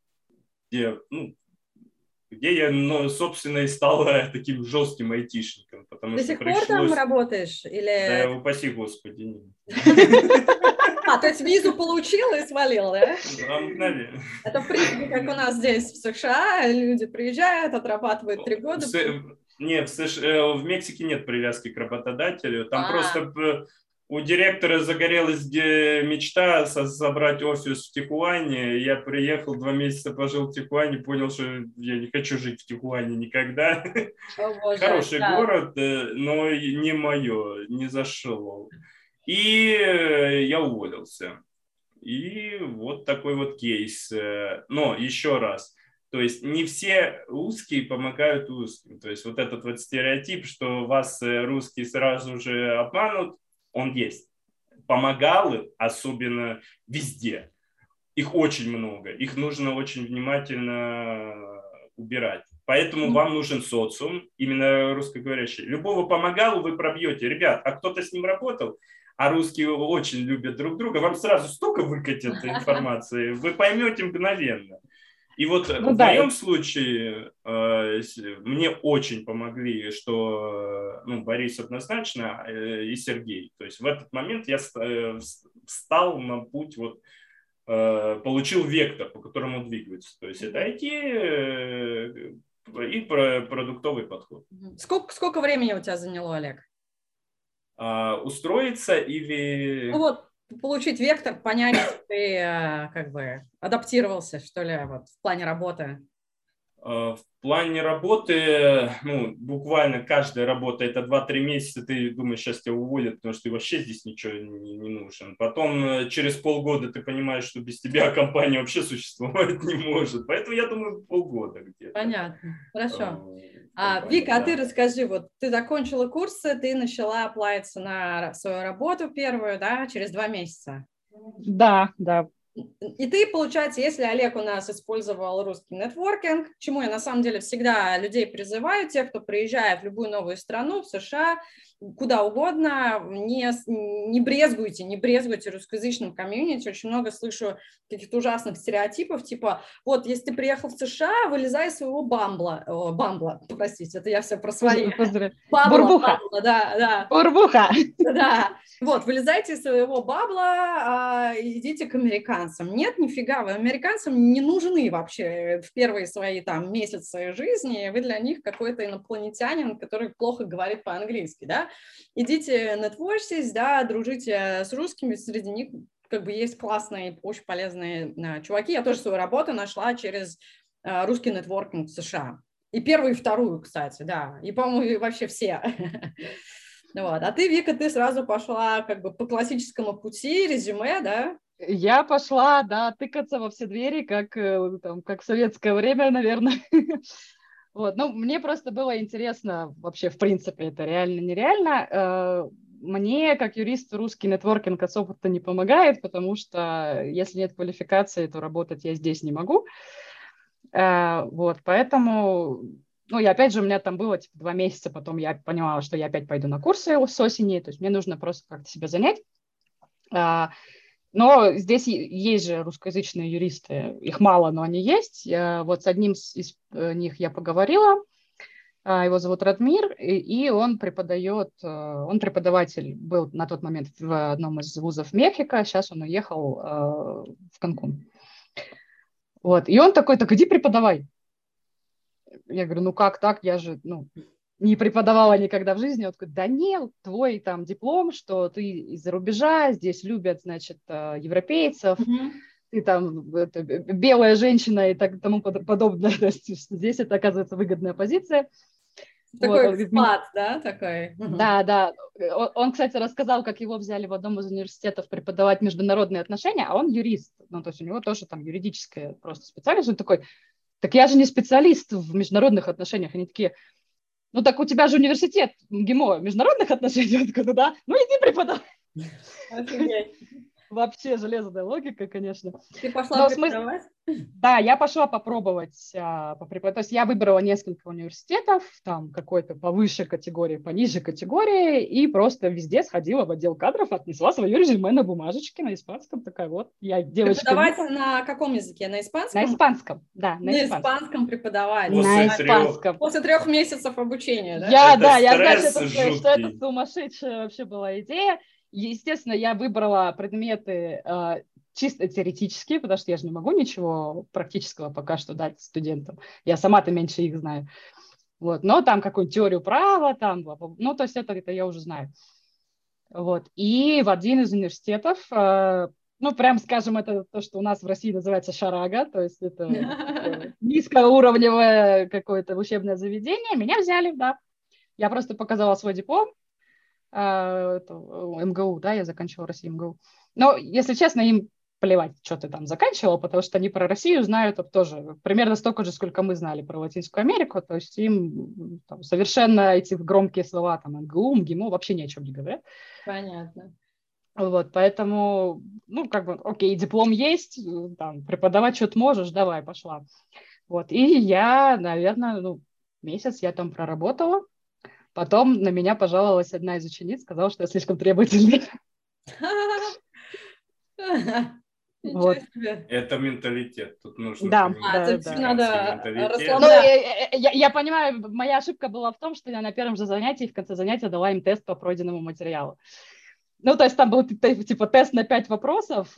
[SPEAKER 2] где я, собственно, и стал таким жестким айтишником, потому
[SPEAKER 1] До
[SPEAKER 2] что
[SPEAKER 1] сих пор там
[SPEAKER 2] пришлось...
[SPEAKER 1] работаешь? Или...
[SPEAKER 2] Да, упаси Господи.
[SPEAKER 1] То есть визу получил и свалил, да?
[SPEAKER 2] Мгновенно.
[SPEAKER 1] Это, в принципе, как у нас здесь в США, люди приезжают, отрабатывают 3 года.
[SPEAKER 2] Нет, в Мексике нет привязки к работодателю, там просто... У директора загорелась мечта собрать офис в Тихуане. Я приехал, 2 месяца пожил в Тихуане, понял, что я не хочу жить в Тихуане никогда. Хороший город, но не мое, не зашло. И я уволился. И вот такой вот кейс. Но еще раз, то есть не все русские помогают русским. То есть вот этот вот стереотип, что вас русские сразу же обманут, он есть. Помогалы, особенно везде. Их очень много. Их нужно очень внимательно убирать. Поэтому вам нужен социум, именно русскоговорящий. Любого помогалу вы пробьете. Ребят, а кто-то с ним работал? А русские очень любят друг друга. Вам сразу столько выкатят информации. Вы поймете мгновенно. И вот в моем случае мне очень помогли, что Борис однозначно и Сергей. То есть в этот момент я встал на путь, получил вектор, по которому двигаться. То есть это IT и продуктовый подход.
[SPEAKER 1] Сколько времени у тебя заняло, Олег?
[SPEAKER 2] Устроиться или...
[SPEAKER 1] Получить вектор, понять, что ты как бы адаптировался, что ли, в плане работы?
[SPEAKER 2] В плане работы, буквально каждая работа, это 2-3 месяца, ты думаешь, сейчас тебя уволят, потому что ты вообще здесь ничего не нужен. Потом через полгода ты понимаешь, что без тебя компания вообще существовать не может. Поэтому я думаю, полгода где-то.
[SPEAKER 1] Понятно, хорошо. Вика, а ты расскажи, ты закончила курсы, ты начала оплавиться на свою работу первую, да, через 2 месяца?
[SPEAKER 3] Да.
[SPEAKER 1] И ты, получается, если Олег у нас использовал русский нетворкинг, к чему я на самом деле всегда людей призываю, тех, кто приезжает в любую новую страну, в США, куда угодно, не брезгуйте русскоязычным комьюнити. Очень много слышу каких-то ужасных стереотипов, типа, если ты приехал в США, вылезай из своего бамбла, простите, это я все про свои.
[SPEAKER 3] Бурбуха.
[SPEAKER 1] Да.
[SPEAKER 3] Бурбуха.
[SPEAKER 1] Да, вылезайте из своего бабла, идите к американцам. Нет, нифига, вы американцам не нужны вообще в первые свои месяцы жизни, вы для них какой-то инопланетянин, который плохо говорит по-английски, да. Идите нетворсись, да, дружите с русскими, среди них есть классные, очень полезные чуваки. Я тоже свою работу нашла через русский нетворкинг в США. И первую, и вторую, кстати, да, и, по-моему, вообще все. А ты, Вика, ты сразу пошла по классическому пути, резюме, да?
[SPEAKER 3] Я пошла, тыкаться во все двери, как в советское время, наверное. Мне просто было интересно вообще, в принципе, это реально, нереально. Мне, как юристу, русский нетворкинг особо-то не помогает, потому что если нет квалификации, то работать я здесь не могу. Поэтому... и опять же, у меня там было 2 месяца, потом я понимала, что я опять пойду на курсы с осени, то есть мне нужно просто как-то себя занять. Но здесь есть же русскоязычные юристы, их мало, но они есть. С одним из них я поговорила, Его зовут Радмир, и он преподаватель был на тот момент в одном из вузов Мехико, сейчас он уехал в Канкун. Вот. И он такой, так иди преподавай. Я говорю, ну как так, я же не преподавала никогда в жизни. Он такой, да нет, твой там диплом, что ты из-за рубежа, здесь любят, значит, европейцев, ты там белая женщина и тому подобное. То есть здесь это, оказывается, выгодная позиция.
[SPEAKER 1] Такой экспат, да, такой?
[SPEAKER 3] Да. Он, кстати, рассказал, как его взяли в одном из университетов преподавать международные отношения, а он юрист. Ну, то есть у него тоже там юридическая просто специальность. Он такой, так я же не специалист в международных отношениях. Они такие, ну так у тебя же университет МГИМО международных отношений. Он такой, ну да, ну иди преподавай.
[SPEAKER 1] Офигеть.
[SPEAKER 3] Вообще железная логика, конечно.
[SPEAKER 1] Ты пошла преподавать?
[SPEAKER 3] Да, я пошла попробовать попреподавать. То есть я выбрала несколько университетов, там какой-то повыше категории, пониже категории, и просто везде сходила в отдел кадров, отнесла свое резюме на бумажечке на испанском. Такая вот, я девочка.
[SPEAKER 1] Преподавать на каком языке? На испанском?
[SPEAKER 3] На испанском, да.
[SPEAKER 1] На испанском преподавать.
[SPEAKER 3] На испанском.
[SPEAKER 1] После 3 месяцев обучения, да?
[SPEAKER 3] Я знаю, что это сумасшедшая вообще была идея. Естественно, я выбрала предметы чисто теоретические, потому что я же не могу ничего практического пока что дать студентам. Я сама-то меньше их знаю. Вот. Но там какую-нибудь теорию права, там, ну, то есть это я уже знаю. Вот. И в один из университетов, ну, прям скажем, это то, что у нас в России называется шарага, то есть это низкоуровневое какое-то учебное заведение. Меня взяли, да. Я просто показала свой диплом. МГУ, да, я заканчивала в России МГУ. Но, если честно, им плевать, что ты там заканчивала, потому что они про Россию знают тоже примерно столько же, сколько мы знали про Латинскую Америку, то есть им там, совершенно эти громкие слова, там, МГУ, МГИМО вообще ни о чем не говорят.
[SPEAKER 1] Понятно.
[SPEAKER 3] Вот, поэтому, ну, как бы, окей, диплом есть, там, преподавать что-то можешь, давай, пошла. Вот, и я, наверное, месяц я там проработала. Потом на меня пожаловалась одна из учениц, сказала, что я слишком требовательная.
[SPEAKER 1] Вот.
[SPEAKER 2] Это менталитет. Тут нужно
[SPEAKER 1] понимать,
[SPEAKER 2] тут
[SPEAKER 1] надо
[SPEAKER 2] расслабляться.
[SPEAKER 3] Я понимаю, моя ошибка была в том, что я на первом же занятии, в конце занятия дала им тест по пройденному материалу. Ну, то есть там был типа тест на 5 вопросов,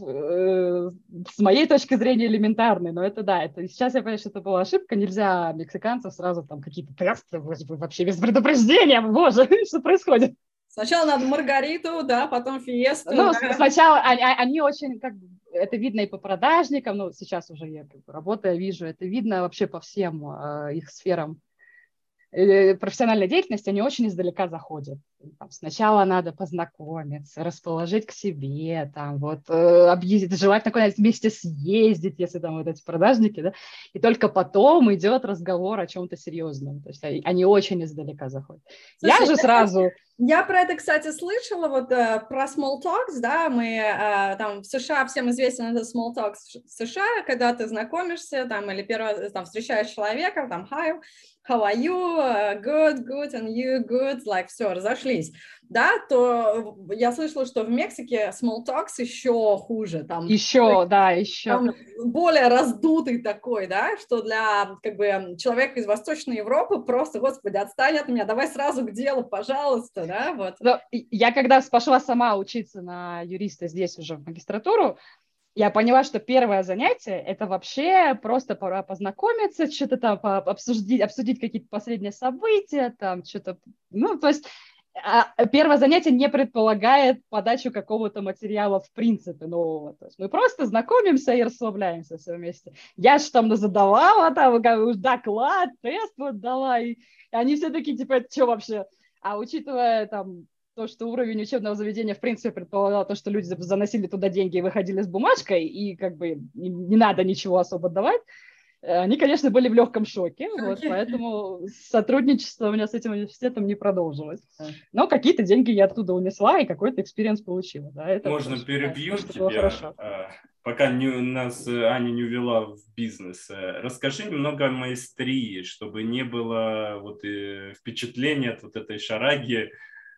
[SPEAKER 3] с моей точки зрения элементарный, но это да, сейчас я понимаю, что это была ошибка, нельзя мексиканцев сразу там какие-то тесты, вообще без предупреждения, боже, что происходит?
[SPEAKER 1] Сначала надо Маргариту, да, потом Фиесту.
[SPEAKER 3] Ну,
[SPEAKER 1] да.
[SPEAKER 3] сначала они очень, как бы, это видно и по продажникам, ну, сейчас уже я работаю, вижу, это видно вообще по всем их сферам профессиональной деятельности, они очень издалека заходят. Там, сначала надо познакомиться, расположить к себе, там, вот, объездить, желательно куда-нибудь вместе съездить, если там вот эти продажники, да, и только потом идет разговор о чем-то серьезном. То есть они очень издалека заходят. Слушай, я же сразу...
[SPEAKER 1] Я про это, кстати, слышала, вот про small talks, да, мы там в США, всем известен это small talks в США, когда ты знакомишься, там, или первый, там, встречаешь человека, там, hi, how are you, good, and you, good, like, все, разошлись, да, то я слышала, что в Мексике small talks еще хуже, там.
[SPEAKER 3] Еще.
[SPEAKER 1] Там более раздутый такой, да, что для, как бы, человека из Восточной Европы просто, господи, отстань от меня, давай сразу к делу, пожалуйста, да, вот.
[SPEAKER 3] Но я когда пошла сама учиться на юриста здесь уже в магистратуру, я поняла, что первое занятие – это вообще просто пора познакомиться, что-то там обсудить какие-то последние события, там что-то, ну, то есть первое занятие не предполагает подачу какого-то материала в принципе нового. То есть мы просто знакомимся и расслабляемся все вместе. Я же там задавала, там, доклад, тест вот дала, и они все такие, типа, это что вообще? А учитывая там то, что уровень учебного заведения в принципе предполагал то, что люди заносили туда деньги и выходили с бумажкой, и как бы не надо ничего особо давать, они, конечно, были в легком шоке, вот, поэтому сотрудничество у меня с этим университетом не продолжилось. Но какие-то деньги я оттуда унесла и какой-то экспириенс получила. Да, это
[SPEAKER 2] можно перебью тебя,
[SPEAKER 3] хорошо.
[SPEAKER 2] пока нас Аня не увела в бизнес. Расскажи немного о маэстрии, чтобы не было вот впечатления от вот этой шараги.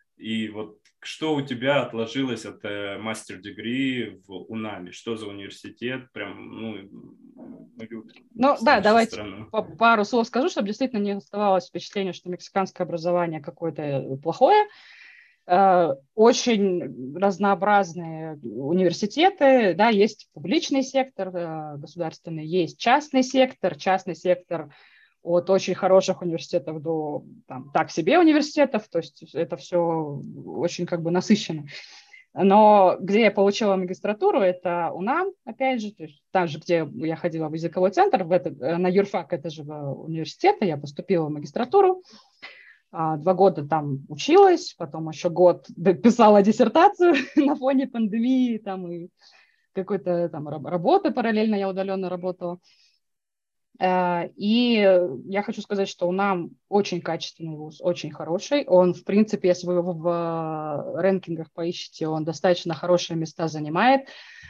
[SPEAKER 2] И вот что у тебя отложилось от мастер-дегри в УНАМе? Что за университет? Прям, Мы любим
[SPEAKER 3] Ну да,
[SPEAKER 2] нашу
[SPEAKER 3] давайте
[SPEAKER 2] страну.
[SPEAKER 3] пару слов скажу, чтобы действительно не оставалось впечатление, что мексиканское образование какое-то плохое. Очень разнообразные университеты, да, есть публичный сектор государственный, есть частный сектор от очень хороших университетов до там, так себе университетов, то есть это все очень как бы насыщенно. Но где я получила магистратуру, это УНАМ, опять же, то есть там же, где я ходила в языковой центр, на юрфак этого университета, я поступила в магистратуру, 2 года там училась, потом еще год писала диссертацию на фоне пандемии, там и какой-то там работы параллельно я удаленно работала. И я хочу сказать, что УНАМ очень качественный вуз, очень хороший. Он, в принципе, если вы в рэнкингах поищете, он достаточно хорошие места занимает.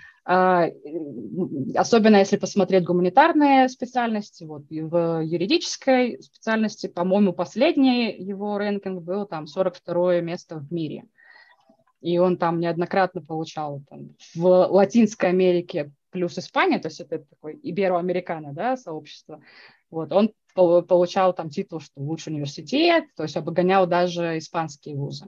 [SPEAKER 3] Особенно если посмотреть гуманитарные специальности, вот в юридической специальности, по-моему, последний его рэнкинг был там 42 место в мире. И он там неоднократно получал там, в Латинской Америке плюс Испания, то есть это такой ибероамерикано, да, сообщество. Вот, он получал там титул, что лучший университет, то есть обгонял даже испанские вузы.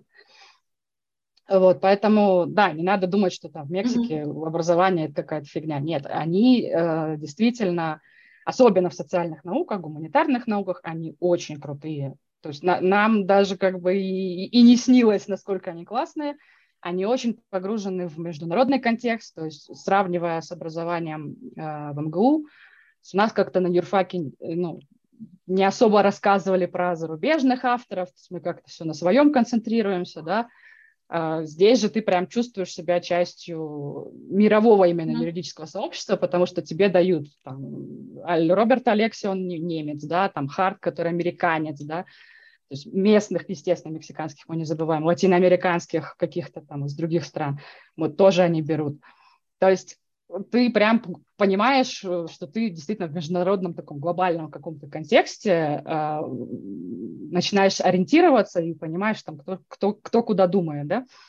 [SPEAKER 3] Вот, поэтому, да, не надо думать, что там в Мексике образование – это какая-то фигня. Нет, они действительно, особенно в социальных науках, гуманитарных науках, они очень крутые. То есть нам даже как бы и не снилось, насколько они классные. Они очень погружены в международный контекст, то есть сравнивая с образованием в МГУ, у нас как-то на юрфаке не особо рассказывали про зарубежных авторов, то есть мы как-то все на своем концентрируемся, да. Здесь же ты прям чувствуешь себя частью мирового именно юридического сообщества, потому что тебе дают там, Роберт Алекси, он немец, да, там Харт, который американец, да, то есть местных, естественно, мексиканских мы не забываем, латиноамериканских каких-то там из других стран, вот тоже они берут. То есть ты прям понимаешь, что ты действительно в международном таком глобальном каком-то контексте начинаешь ориентироваться и понимаешь, там, кто куда думает,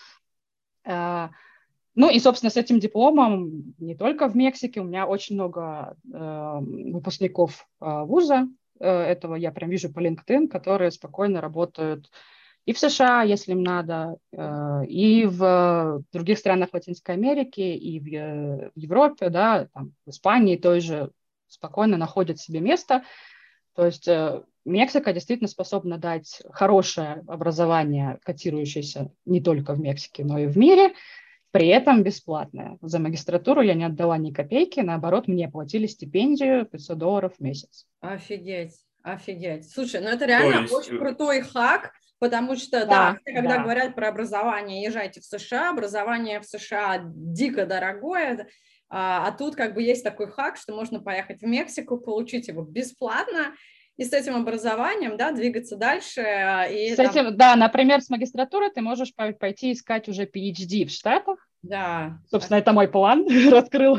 [SPEAKER 3] да. Ну и, собственно, с этим дипломом не только в Мексике, у меня очень много выпускников вуза, этого я прям вижу по LinkedIn, которые спокойно работают и в США, если им надо, и в других странах Латинской Америки, и в Европе, да, там, в Испании тоже спокойно находят себе место. То есть Мексика действительно способна дать хорошее образование, котирующееся не только в Мексике, но и в мире, при этом бесплатное. За магистратуру я не отдала ни копейки, наоборот, мне платили стипендию $500 в месяц.
[SPEAKER 1] Офигеть, офигеть. Слушай, ну это реально очень крутой хак, потому что, да, когда говорят про образование, езжайте в США, образование в США дико дорогое, а тут как бы есть такой хак, что можно поехать в Мексику, получить его бесплатно, и с этим образованием, да, двигаться дальше. И
[SPEAKER 3] да, например, с магистратуры ты можешь пойти искать уже PhD в Штатах.
[SPEAKER 1] Да.
[SPEAKER 3] Собственно, это мой план, раскрыла.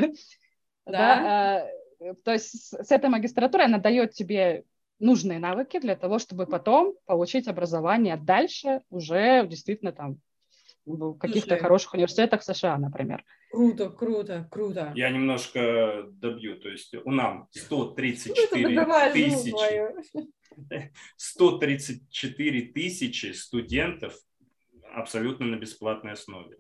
[SPEAKER 1] Да.
[SPEAKER 3] То есть с этой магистратурой она дает тебе нужные навыки для того, чтобы потом получить образование дальше уже действительно там в каких-то хороших университетах США, например.
[SPEAKER 1] Круто, круто, круто.
[SPEAKER 2] Я немножко добью, то есть у нас 134 тысячи студентов абсолютно на бесплатной основе.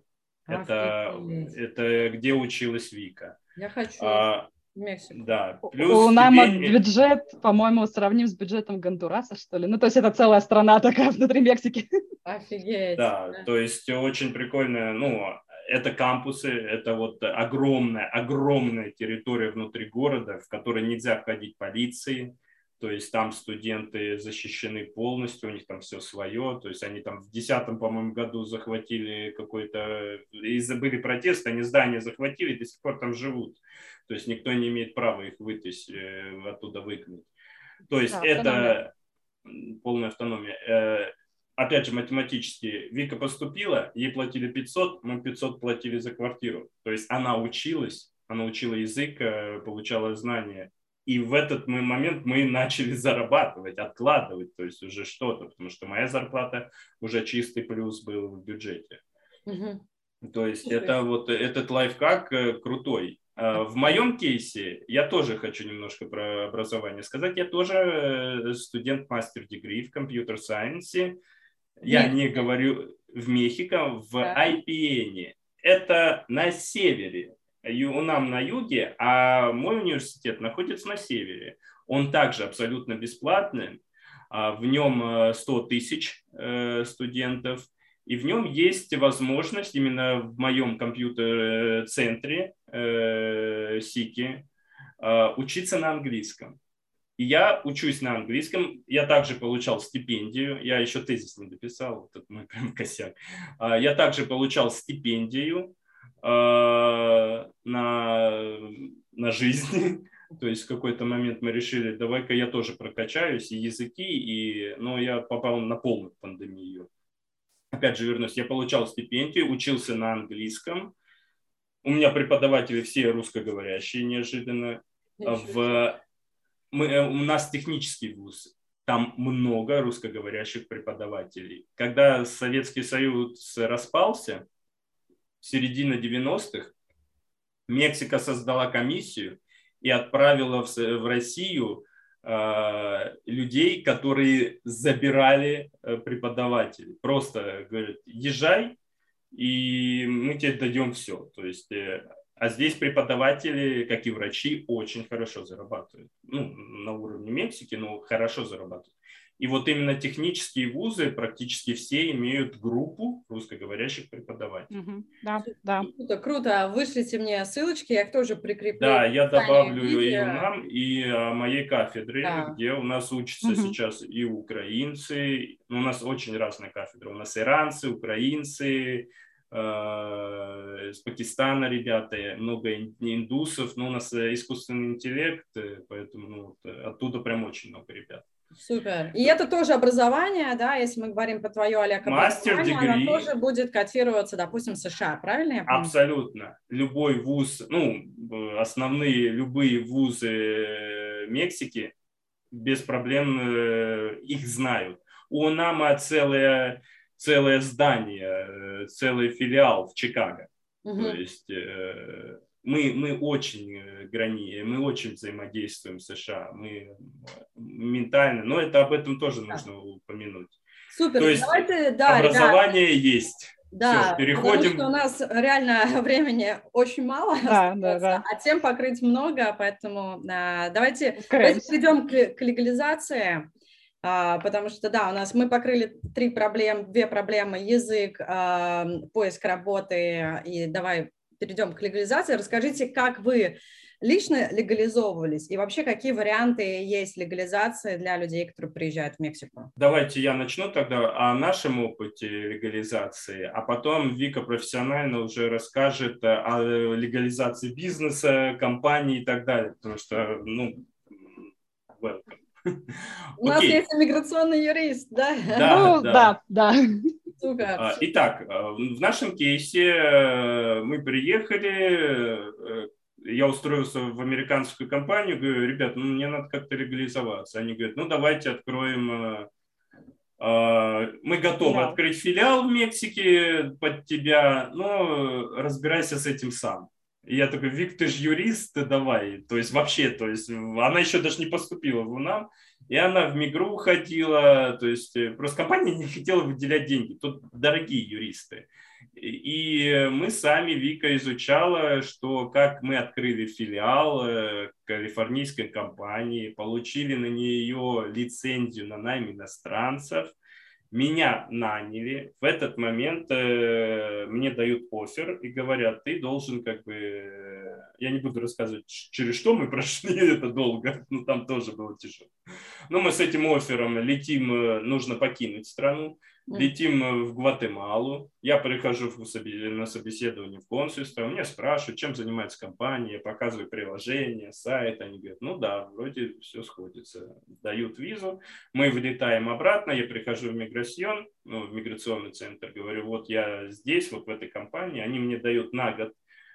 [SPEAKER 2] Это где училась Вика.
[SPEAKER 1] Я хочу в Мексику.
[SPEAKER 2] Да.
[SPEAKER 3] Плюс у нас бюджет, по-моему, сравним с бюджетом Гондураса, что ли. Ну, то есть это целая страна такая внутри Мексики.
[SPEAKER 1] Офигеть.
[SPEAKER 2] Да, то есть очень прикольно. Ну, это кампусы, это вот огромная территория внутри города, в которой нельзя входить полиции. То есть там студенты защищены полностью, у них там все свое. То есть они там в 2010, по-моему, году захватили какой-то... Были протесты, они здание захватили, до сих пор там живут. То есть никто не имеет права их оттуда выгнать. То есть это полная автономия. Опять же, математически, Вика поступила, ей платили 500, мы 500 платили за квартиру. То есть она учила язык, получала знания. И в этот момент мы начали зарабатывать, откладывать, то есть уже что-то, потому что моя зарплата уже чистый плюс был в бюджете. То есть это вот этот лайфхак крутой. В моем кейсе я тоже хочу немножко про образование сказать. Я тоже студент мастер-дегри в компьютер-сайенсе. Я не говорю в Мехико, в IPN. Это на севере. У нас на юге, а мой университет находится на севере. Он также абсолютно бесплатный. В нем 100 тысяч студентов. И в нем есть возможность именно в моем компьютер-центре СИКи учиться на английском. И я учусь на английском. Я также получал стипендию. Я еще тезис не дописал. Это мой прям косяк. Я также получал стипендию на жизнь. То есть в какой-то момент мы решили, давай-ка я тоже прокачаюсь, и языки, но я попал на полную пандемию. Опять же вернусь, я получал стипендию, учился на английском. У меня преподаватели все русскоговорящие неожиданно. У нас технический вуз, там много русскоговорящих преподавателей. Когда Советский Союз распался, в середине 90-х, Мексика создала комиссию и отправила в Россию людей, которые забирали преподавателей. Просто говорят, езжай, и мы тебе дадим все. То есть, а здесь преподаватели, как и врачи, очень хорошо зарабатывают. Ну, на уровне Мексики, но хорошо зарабатывают. И вот именно технические вузы практически все имеют группу русскоговорящих преподавателей.
[SPEAKER 3] Да, да.
[SPEAKER 1] Круто, круто. Вышлите мне ссылочки, я их тоже прикреплю.
[SPEAKER 2] Да, я добавлю и нам, и моей кафедры, где у нас учатся сейчас и украинцы. У нас очень разные кафедры. У нас иранцы, украинцы, из Пакистана ребята, много индусов. Но у нас искусственный интеллект, поэтому оттуда прям очень много ребят.
[SPEAKER 1] Супер. И это тоже образование, да, если мы говорим по твою, Олег, образование, оно тоже будет котироваться, допустим, в США, правильно я понимаю?
[SPEAKER 2] Абсолютно. Любой вуз, основные любые вузы Мексики без проблем их знают. У ОНАМа целое здание, целый филиал в Чикаго. То есть мы очень взаимодействуем с США, мы ментально, но об этом тоже нужно упомянуть.
[SPEAKER 1] Супер,
[SPEAKER 2] то есть
[SPEAKER 1] давайте,
[SPEAKER 2] образование есть.
[SPEAKER 1] Да,
[SPEAKER 2] все, переходим.
[SPEAKER 1] Потому что у нас реально времени очень мало,
[SPEAKER 3] да.
[SPEAKER 1] А тем покрыть много, поэтому давайте перейдем к легализации. Потому что, да, мы покрыли 2 проблемы: язык, поиск работы, и давай перейдем к легализации. Расскажите, как вы лично легализовывались и вообще какие варианты есть легализации для людей, которые приезжают в Мексику?
[SPEAKER 2] Давайте я начну тогда о нашем опыте легализации, а потом Вика профессионально уже расскажет о легализации бизнеса, компании и так далее, потому что, welcome.
[SPEAKER 1] У нас есть иммиграционный юрист,
[SPEAKER 2] да?
[SPEAKER 1] Да. Супер.
[SPEAKER 2] Итак, в нашем кейсе мы приехали, я устроился в американскую компанию, говорю, ребят, мне надо как-то легализоваться. Они говорят, давайте откроем, мы готовы открыть филиал в Мексике под тебя, но разбирайся с этим сам. И я такой, Вик, ты же юрист, давай. То есть она еще даже не поступила в УНАМ, и она в МИГРУ ходила, то есть просто компания не хотела выделять деньги, тут дорогие юристы. И мы сами, Вика изучала, как мы открыли филиал калифорнийской компании, получили на нее лицензию на найм иностранцев, меня наняли. В этот момент мне дают оффер и говорят, ты должен я не буду рассказывать, через что мы прошли это долго, но там тоже было тяжело. Но мы с этим оффером летим, нужно покинуть страну. Летим в Гватемалу, я прихожу на собеседование в консульство, меня спрашивают, чем занимается компания, я показываю приложение, сайт, они говорят, вроде все сходится, дают визу, мы вылетаем обратно, я прихожу в миграционный центр, говорю, вот я здесь, вот в этой компании, они мне дают на год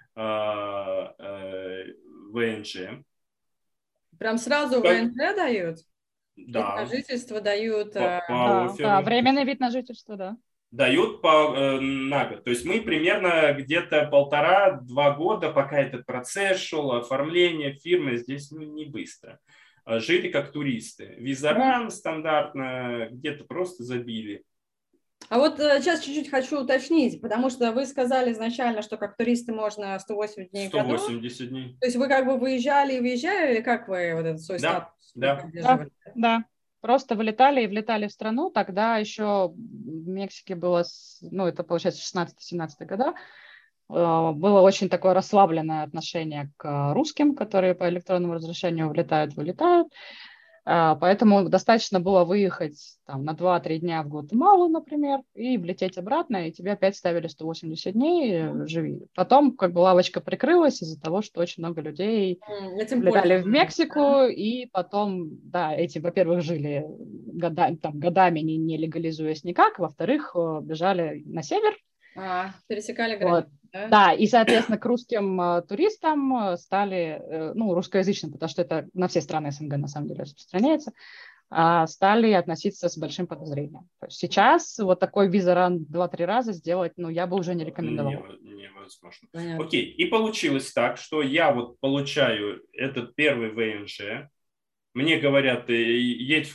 [SPEAKER 2] ВНЖ.
[SPEAKER 1] Прям сразу ВНЖ дают?
[SPEAKER 2] Да.
[SPEAKER 1] Вид на жительство дают.
[SPEAKER 3] Да, временный вид на жительство, да.
[SPEAKER 2] Дают на год. То есть мы примерно где-то 1,5-2 года, пока этот процесс шел, оформление фирмы, здесь не быстро. Жили как туристы. Визаран стандартно, где-то просто забили.
[SPEAKER 1] А вот сейчас чуть-чуть хочу уточнить, потому что вы сказали изначально, что как туристы можно 180 дней в году.
[SPEAKER 2] 180 дней.
[SPEAKER 1] То есть вы как бы выезжали и въезжали, или как вы вот этот свой статус поддерживали?
[SPEAKER 3] Да. Просто вылетали и влетали в страну. Тогда еще в Мексике было, ну, это получается 16-17 года, было очень такое расслабленное отношение к русским, которые по электронному разрешению влетают, вылетают. Поэтому достаточно было выехать там, на 2-3 дня в Гватемалу, например, и влететь обратно, и тебе опять ставили 180 дней, живи. Потом как бы лавочка прикрылась из-за того, что очень много людей влетали в Мексику, и потом, да, эти, во-первых, жили годами, не легализуясь никак, во-вторых, бежали на север.
[SPEAKER 1] Пересекали границу.
[SPEAKER 3] Вот. Да, и, соответственно, к русским туристам стали, ну, русскоязычным, потому что это на все страны СНГ на самом деле распространяется, стали относиться с большим подозрением. То есть сейчас вот такой визаран 2-3 раза сделать, ну, я бы уже не рекомендовала.
[SPEAKER 2] Невозможно. Окей, и получилось так, что я вот получаю этот первый ВНЖ, мне говорят, едь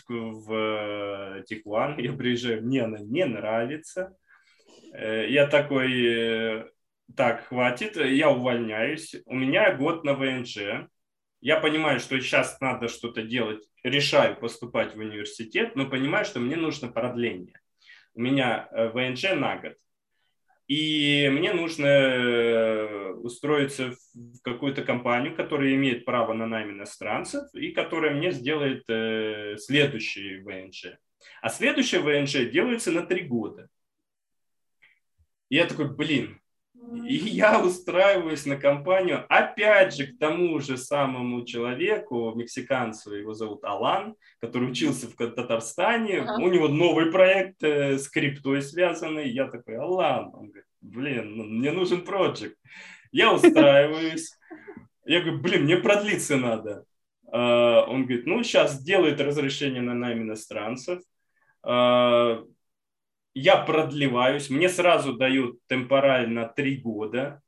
[SPEAKER 2] в Тихуан, я приезжаю, мне она не нравится. Я такой, так, хватит, я увольняюсь, у меня год на ВНЖ, я понимаю, что сейчас надо что-то делать, решаю поступать в университет, но понимаю, что мне нужно продление. У меня ВНЖ на год, и мне нужно устроиться в какую-то компанию, которая имеет право на найм иностранцев и которая мне сделает следующий ВНЖ. А следующий ВНЖ делается на 3 года. И я такой, блин, и я устраиваюсь на компанию, опять же, к тому же самому человеку, мексиканцу, его зовут Алан, который учился в Татарстане, у него новый проект с криптой связанный, я такой, Алан, он говорит, блин, мне нужен проект. Я устраиваюсь, я говорю, блин, мне продлиться надо. Он говорит, ну, сейчас делает разрешение на найм иностранцев, я продлеваюсь, мне сразу дают темпорально 3 года.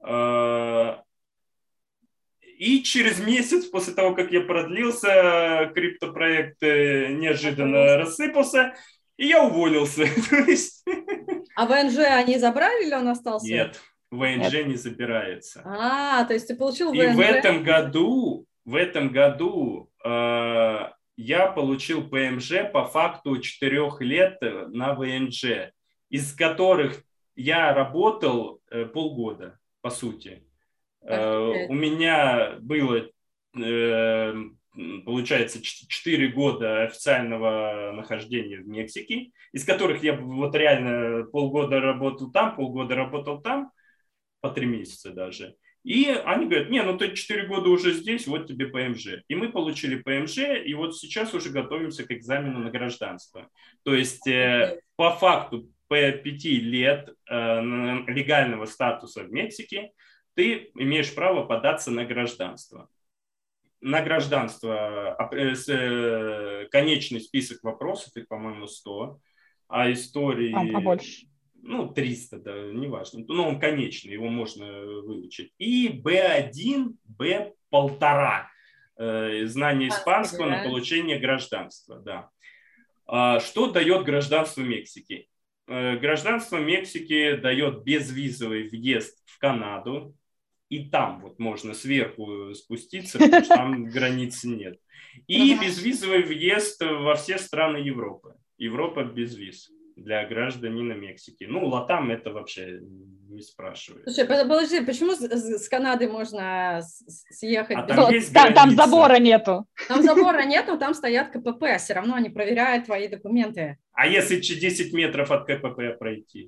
[SPEAKER 2] И через месяц после того, как я продлился, криптопроект неожиданно рассыпался, и я уволился.
[SPEAKER 1] А ВНЖ они забрали или он остался?
[SPEAKER 2] Нет, ВНЖ не забирается.
[SPEAKER 1] То есть ты получил ВНЖ?
[SPEAKER 2] И в этом году я получил ПМЖ по факту 4 лет на ВНЖ, из которых я работал полгода, по сути. У меня было, получается, 4 года официального нахождения в Мексике, из которых я вот реально полгода работал там, по 3 месяца даже. И они говорят, не, ну ты 4 года уже здесь, вот тебе ПМЖ. И мы получили ПМЖ, и вот сейчас уже готовимся к экзамену на гражданство. То есть по факту по 5 лет легального статуса в Мексике ты имеешь право податься на гражданство. На гражданство конечный список вопросов, их, по-моему, 100, а истории...
[SPEAKER 3] побольше.
[SPEAKER 2] Ну, 300, да, неважно. Но он конечный, его можно выучить. И B1, B1,5. Знание испанского на получение гражданства. Да. Что дает гражданство Мексики? Гражданство Мексики дает безвизовый въезд в Канаду. И там вот можно сверху спуститься, потому что там границ нет. И безвизовый въезд во все страны Европы. Европа без виз для гражданина Мексики. Ну, Латам это вообще не спрашивает.
[SPEAKER 1] Слушай, подожди, почему с Канады можно съехать?
[SPEAKER 3] Там забора нету.
[SPEAKER 1] Там забора нету, там стоят КПП, все равно они проверяют твои документы.
[SPEAKER 2] А если 10 метров от КПП пройти?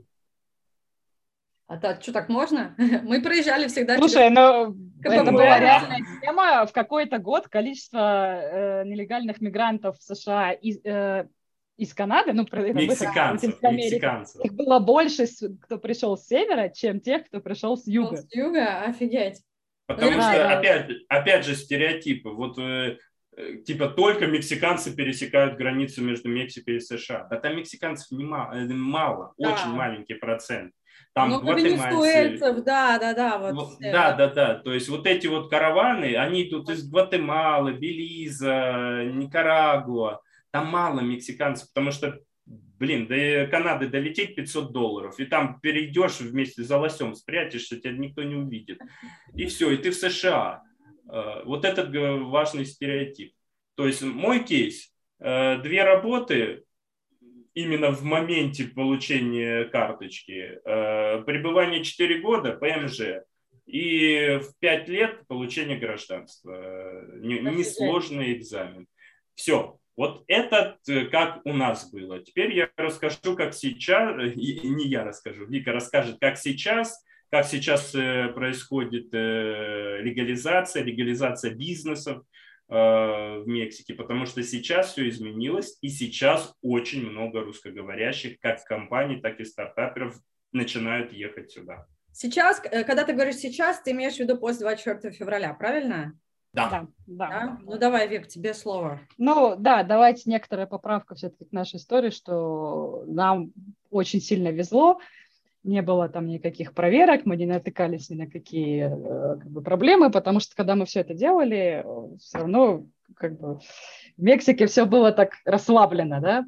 [SPEAKER 1] Что, так можно? Мы проезжали всегда.
[SPEAKER 3] Слушай, ну это была реальная тема. В какой-то год количество нелегальных мигрантов в США из Канады, ну,
[SPEAKER 2] мексиканцев.
[SPEAKER 3] Их было больше, кто пришел с севера, чем тех, кто пришел с юга.
[SPEAKER 1] С юга? Офигеть.
[SPEAKER 2] Потому что, опять же, стереотипы. Вот типа только мексиканцы пересекают границу между Мексикой и США. Да там мексиканцев мало, очень
[SPEAKER 1] Да.
[SPEAKER 2] маленький процент. Там
[SPEAKER 1] Много
[SPEAKER 2] гватемальцы.
[SPEAKER 1] венесуэльцев, да, вот.
[SPEAKER 2] Да. То есть вот эти вот караваны, они идут из Гватемалы, Белиза, Никарагуа. Там мало мексиканцев, потому что, блин, до Канады долететь $500, и там перейдешь вместе за лосем, спрячешься, тебя никто не увидит. И все, и ты в США. Вот этот важный стереотип. То есть мой кейс, 2 работы именно в моменте получения карточки, пребывание 4 года, ПМЖ, и в 5 лет получение гражданства. Несложный экзамен. Все. Вот это как у нас было. Теперь я расскажу, как сейчас, и не я расскажу, Вика расскажет, как сейчас происходит легализация бизнесов в Мексике, потому что сейчас все изменилось, и сейчас очень много русскоговорящих, как компаний, так и стартаперов начинают ехать сюда.
[SPEAKER 1] Сейчас, когда ты говоришь сейчас, ты имеешь в виду после 24 февраля, правильно?
[SPEAKER 2] Да.
[SPEAKER 1] Ну давай, Вик, тебе слово.
[SPEAKER 3] Ну да, давайте некоторая поправка все-таки к нашей истории, что нам очень сильно везло, не было там никаких проверок, мы не натыкались ни на какие проблемы, потому что когда мы все это делали, все равно как бы в Мексике все было так расслаблено, да,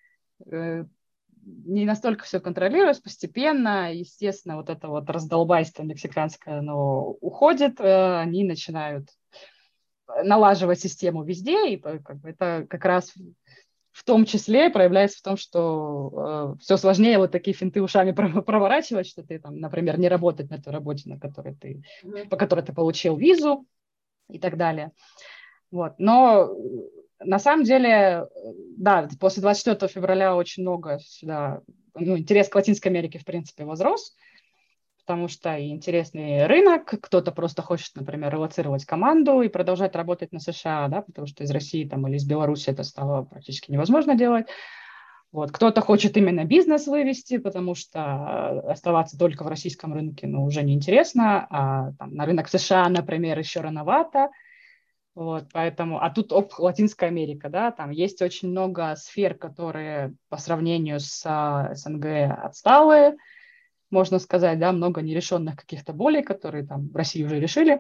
[SPEAKER 3] не настолько все контролируется, постепенно, естественно, вот это вот раздолбайство мексиканское, оно уходит, они начинают налаживать систему везде, и как бы это как раз в том числе проявляется в том, что все сложнее вот такие финты ушами проворачивать, что ты там, например, не работать на той работе, по которой ты получил визу и так далее. Вот. Но на самом деле, да, после 24 февраля очень много сюда, интерес к Латинской Америке, в принципе, возрос, потому что и интересный рынок, кто-то просто хочет, например, релоцировать команду и продолжать работать на США, да, потому что из России там, или из Беларуси это стало практически невозможно делать. Вот. Кто-то хочет именно бизнес вывести, потому что оставаться только в российском рынке уже неинтересно, а там, на рынок США, например, еще рановато. Вот, поэтому, а тут Латинская Америка, да, там есть очень много сфер, которые по сравнению с СНГ отсталые, можно сказать, да, много нерешенных каких-то болей, которые там в России уже решили.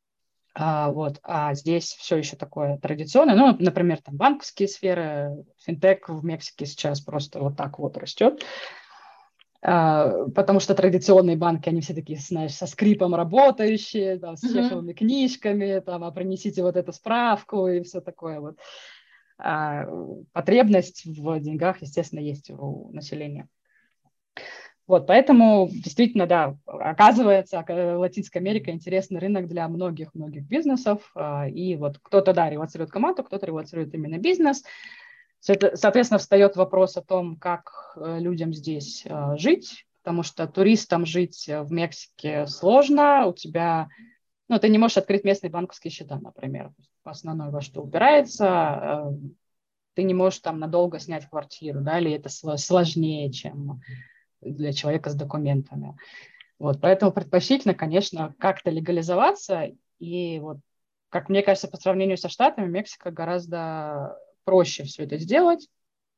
[SPEAKER 3] А здесь все еще такое традиционное. Ну, например, там банковские сферы, финтех в Мексике сейчас просто вот так вот растет. Потому что традиционные банки, они все такие, знаешь, со скрипом работающие, там, с чековыми книжками, там, а принесите вот эту справку и все такое вот. Потребность в деньгах, естественно, есть у населения. Вот, поэтому действительно, да, оказывается, Латинская Америка интересный рынок для многих-многих бизнесов, и вот кто-то, да, релоцирует команду, кто-то релоцирует именно бизнес. Соответственно, встает вопрос о том, как людям здесь жить, потому что туристам жить в Мексике сложно, у тебя, ты не можешь открыть местные банковские счета, например, основное, во что упирается, ты не можешь там надолго снять квартиру, да, или это сложнее, чем для человека с документами. Вот, поэтому предпочтительно, конечно, как-то легализоваться. И вот, как мне кажется, по сравнению со Штатами, Мексика гораздо проще все это сделать.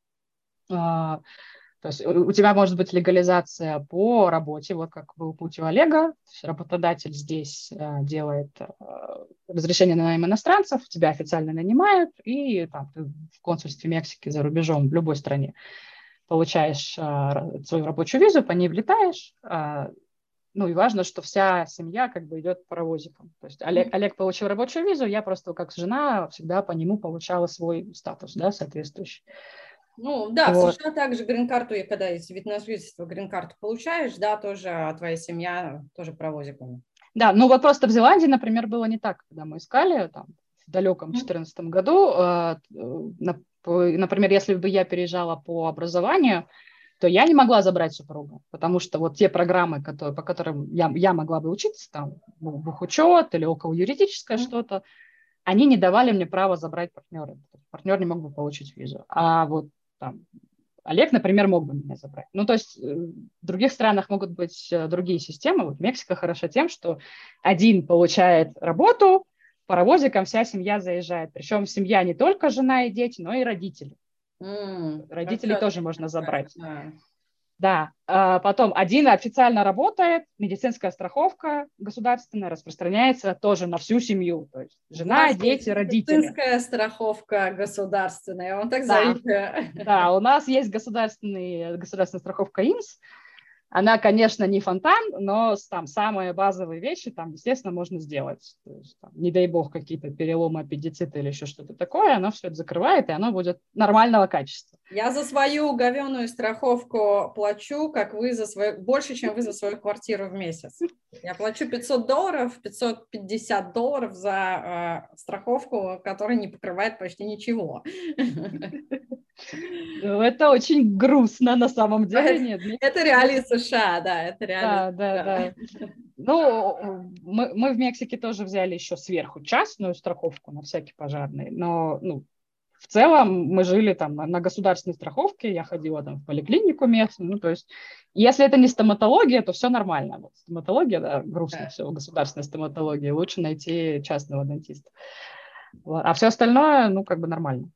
[SPEAKER 3] То есть у тебя может быть легализация по работе, вот как был путь у Олега. То есть работодатель здесь делает разрешение на найм иностранцев, тебя официально нанимают, и там, ты в консульстве Мексики за рубежом в любой стране получаешь свою рабочую визу, по ней влетаешь. И важно, что вся семья как бы идет паровозиком. То есть Олег получил рабочую визу, я просто как жена всегда по нему получала свой статус, да, соответствующий.
[SPEAKER 1] Ну, да, вот. В США также грин-карту, и когда из вид на жительство грин-карту получаешь, да, тоже твоя семья тоже паровозиком.
[SPEAKER 3] Да, вот просто в Зеландии, например, было не так, когда мы искали, там, в далеком 2014 году, например, если бы я переезжала по образованию, то я не могла забрать супруга, потому что вот те программы, по которым я могла бы учиться, там, бухучет или около юридическое что-то, они не давали мне права забрать партнера. Партнер не мог бы получить визу. А вот там Олег, например, мог бы меня забрать. То есть в других странах могут быть другие системы. Вот Мексика хороша тем, что один получает работу, паровозиком вся семья заезжает. Причем семья не только жена и дети, но и родители. Родителей тоже можно забрать. Да, потом один официально работает, медицинская страховка государственная распространяется тоже на всю семью, то есть жена, дети, родители.
[SPEAKER 1] Медицинская страховка государственная, он так зовет.
[SPEAKER 3] Да, у нас есть государственная страховка ИМС. Она, конечно, не фонтан, но там самые базовые вещи там, естественно, можно сделать. То есть, там, не дай бог, какие-то переломы, аппендициты или еще что-то такое, оно все это закрывает, и оно будет нормального качества.
[SPEAKER 1] Я за свою говеную страховку плачу, как вы за свою, больше, чем вы за свою квартиру в месяц. Я плачу $500, $550 за страховку, которая не покрывает почти ничего.
[SPEAKER 3] Это очень грустно на самом деле. Нет,
[SPEAKER 1] это реалии США, да, это реалии
[SPEAKER 3] США. Да. Ну, мы в Мексике тоже взяли еще сверху частную страховку на всякий пожарный, но в целом мы жили там на государственной страховке, я ходила там в поликлинику местную, ну, то есть если это не стоматология, то все нормально. Вот стоматология, да, грустно все, государственная стоматология, лучше найти частного дантиста. Вот. А все остальное, ну, как бы нормально.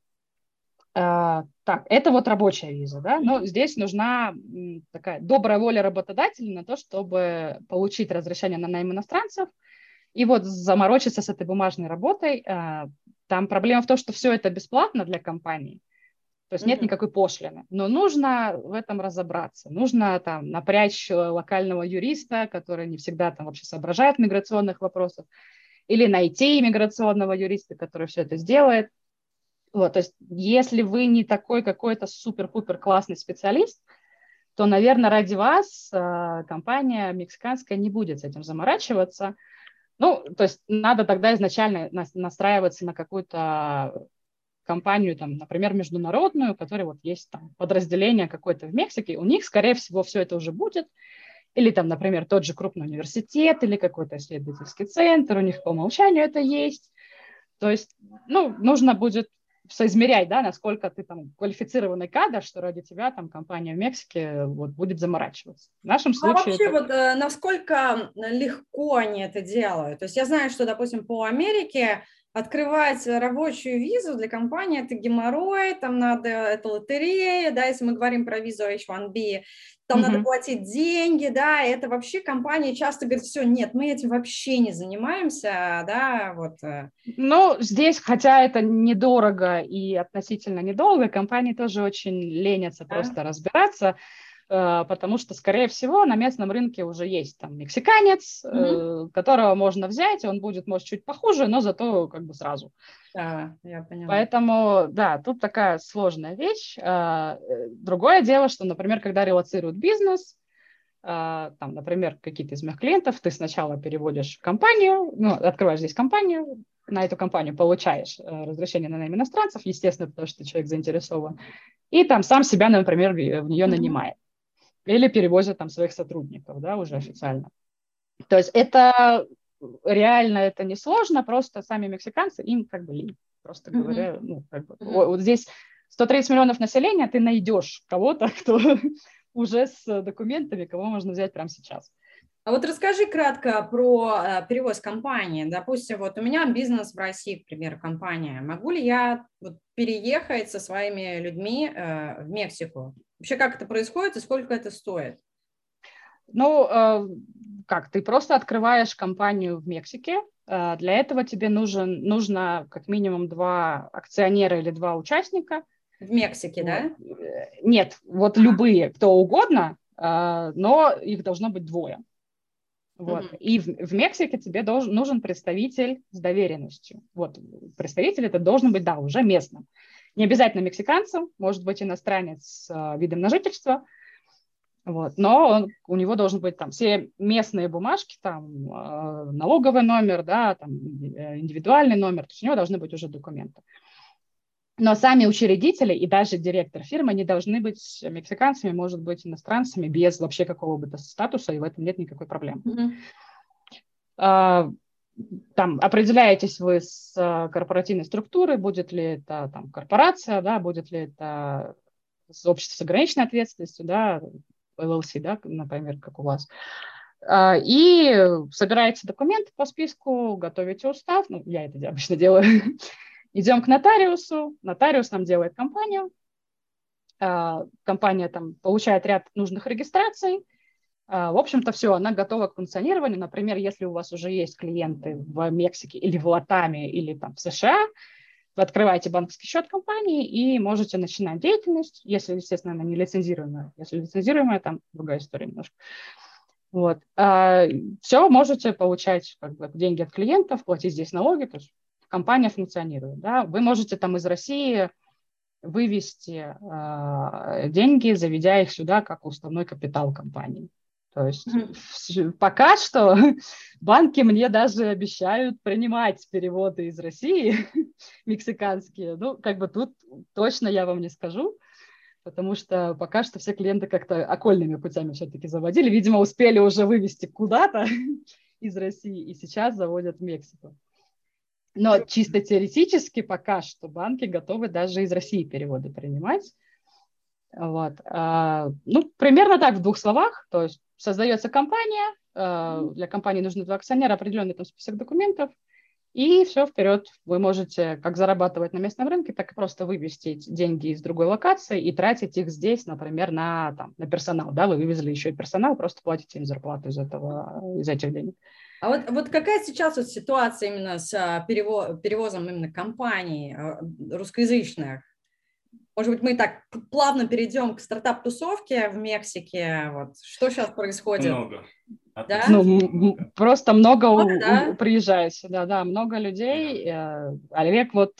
[SPEAKER 3] Так, это вот рабочая виза, да, но здесь нужна такая добрая воля работодателя на то, чтобы получить разрешение на найм иностранцев и вот заморочиться с этой бумажной работой. Там проблема в том, что все это бесплатно для компании, то есть нет никакой пошлины, но нужно в этом разобраться, нужно там напрячь локального юриста, который не всегда там вообще соображает в миграционных вопросах, или найти иммиграционного юриста, который все это сделает. Вот, то есть если вы не такой какой-то супер-пупер классный специалист, то, наверное, ради вас компания мексиканская не будет с этим заморачиваться. Ну, то есть надо тогда изначально настраиваться на какую-то компанию, там, например, международную, у которой вот есть там подразделение какое-то в Мексике, у них, скорее всего, все это уже будет. Или там, например, тот же крупный университет или какой-то исследовательский центр, у них по умолчанию это есть. То есть, ну, нужно будет соизмерять, да, насколько ты там квалифицированный кадр, что ради тебя там компания в Мексике вот, будет заморачиваться. В нашем случае...
[SPEAKER 1] вообще, вот насколько легко они это делают? То есть я знаю, что, допустим, по Америке открывать рабочую визу для компании – это геморрой, там надо, это лотерея, да, если мы говорим про визу H1B, там надо платить деньги, да, это вообще компании часто говорят, все, нет, мы этим вообще не занимаемся, да, вот.
[SPEAKER 3] Ну, здесь, хотя это недорого и относительно недолго, компании тоже очень ленятся просто разбираться, потому что, скорее всего, на местном рынке уже есть там мексиканец, которого можно взять, он будет, может, чуть похуже, но зато как бы сразу.
[SPEAKER 1] Да, я поняла.
[SPEAKER 3] Поэтому, да, тут такая сложная вещь. Другое дело, что, например, когда релоцируют бизнес, там, например, какие-то из моих клиентов, ты сначала переводишь компанию, ну, открываешь здесь компанию, на эту компанию получаешь разрешение на найм иностранцев, естественно, потому что человек заинтересован, и там сам себя, например, в нее нанимает. Или перевозят там своих сотрудников, да, уже официально. То есть это реально это несложно, просто сами мексиканцы, им как бы лень, просто говоря, ну, как бы, вот здесь 130 миллионов населения, ты найдешь кого-то, кто уже с документами, кого можно взять прямо сейчас.
[SPEAKER 1] А вот расскажи кратко про перевоз компании. Допустим, вот у меня бизнес в России, к примеру, компания. Могу ли я вот переехать со своими людьми в Мексику? Вообще, как это происходит и сколько это стоит?
[SPEAKER 3] Ну, как, ты просто открываешь компанию в Мексике. Для этого тебе нужно как минимум 2 акционера или 2 участника.
[SPEAKER 1] В Мексике, да?
[SPEAKER 3] Нет, вот любые, кто угодно, но их должно быть 2. Вот. И в Мексике тебе нужен представитель с доверенностью. Вот. Представитель это должен быть, да, уже местным. Не обязательно мексиканцем, может быть иностранец с видом на жительство, вот. Но у него должен быть там все местные бумажки, там налоговый номер, да, там индивидуальный номер, то есть у него должны быть уже документы. Но сами учредители и даже директор фирмы не должны быть мексиканцами, может быть, иностранцами без вообще какого бы то статуса, и в этом нет никакой проблемы. Там определяетесь вы с корпоративной структурой, будет ли это там корпорация, да, будет ли это общество с ограниченной ответственностью, да, LLC, да, например, как у вас. И собираете документы по списку, готовите устав, ну, я это обычно делаю, идем к нотариусу, нотариус нам делает компанию, компания там получает ряд нужных регистраций, в общем-то, все, она готова к функционированию. Например, если у вас уже есть клиенты в Мексике или в Латаме, или там в США, вы открываете банковский счет компании и можете начинать деятельность, если, естественно, она не лицензируемая. Если лицензируемая, там другая история немножко. Вот. Все, можете получать как бы деньги от клиентов, платить здесь налоги, то есть компания функционирует. Да? Вы можете там из России вывести деньги, заведя их сюда как уставной капитал компании. То есть пока что банки мне даже обещают принимать переводы из России мексиканские. Ну, как бы тут точно я вам не скажу, потому что пока что все клиенты как-то окольными путями все-таки заводили. Видимо, успели уже вывести куда-то из России и сейчас заводят в Мексику. Но чисто теоретически пока что банки готовы даже из России переводы принимать. Вот. Ну, примерно так в двух словах. То есть создается компания, для компании нужны два акционера, определенный там список документов, и все, вперед. Вы можете как зарабатывать на местном рынке, так и просто вывести деньги из другой локации и тратить их здесь, например, на персонал. Да? Вы вывезли еще и персонал, просто платите им зарплату из этих денег.
[SPEAKER 1] А вот какая сейчас вот ситуация именно с перевозом именно компаний русскоязычных? Может быть, мы так плавно перейдем к стартап-тусовке в Мексике. Вот. Что сейчас происходит?
[SPEAKER 2] Много.
[SPEAKER 1] Да?
[SPEAKER 3] Ну, просто много
[SPEAKER 1] да?
[SPEAKER 3] приезжает сюда, да, много людей. Олег вот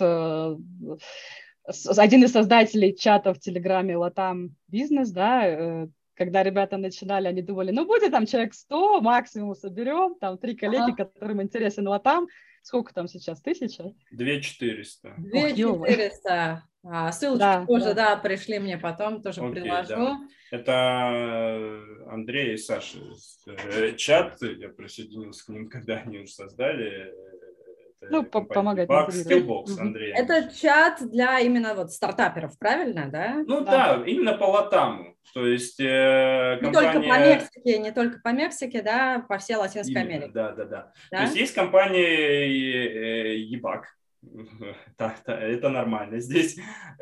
[SPEAKER 3] один из создателей чата в Телеграме Латам Бизнес, да, когда ребята начинали, они думали, ну, будет там человек 100, максимум соберем, там 3 коллеги, которым интересен Латам. Сколько там сейчас? 1000?
[SPEAKER 2] 2400.
[SPEAKER 1] 2400. Ссылочки тоже, да, пришли мне потом, тоже приложу.
[SPEAKER 2] Да. Это Андрей и Саша. Чат, я присоединился к ним, когда они уже создали.
[SPEAKER 3] Ну, помогать.
[SPEAKER 2] Skillbox, Андрей.
[SPEAKER 1] Это чат для именно вот стартаперов, правильно, да?
[SPEAKER 2] Ну да, именно по Латаму. То есть
[SPEAKER 1] компания... Не только по Мексике, да, по всей Латинской Америке.
[SPEAKER 2] Да. То есть есть компания Ебак. Это нормально здесь.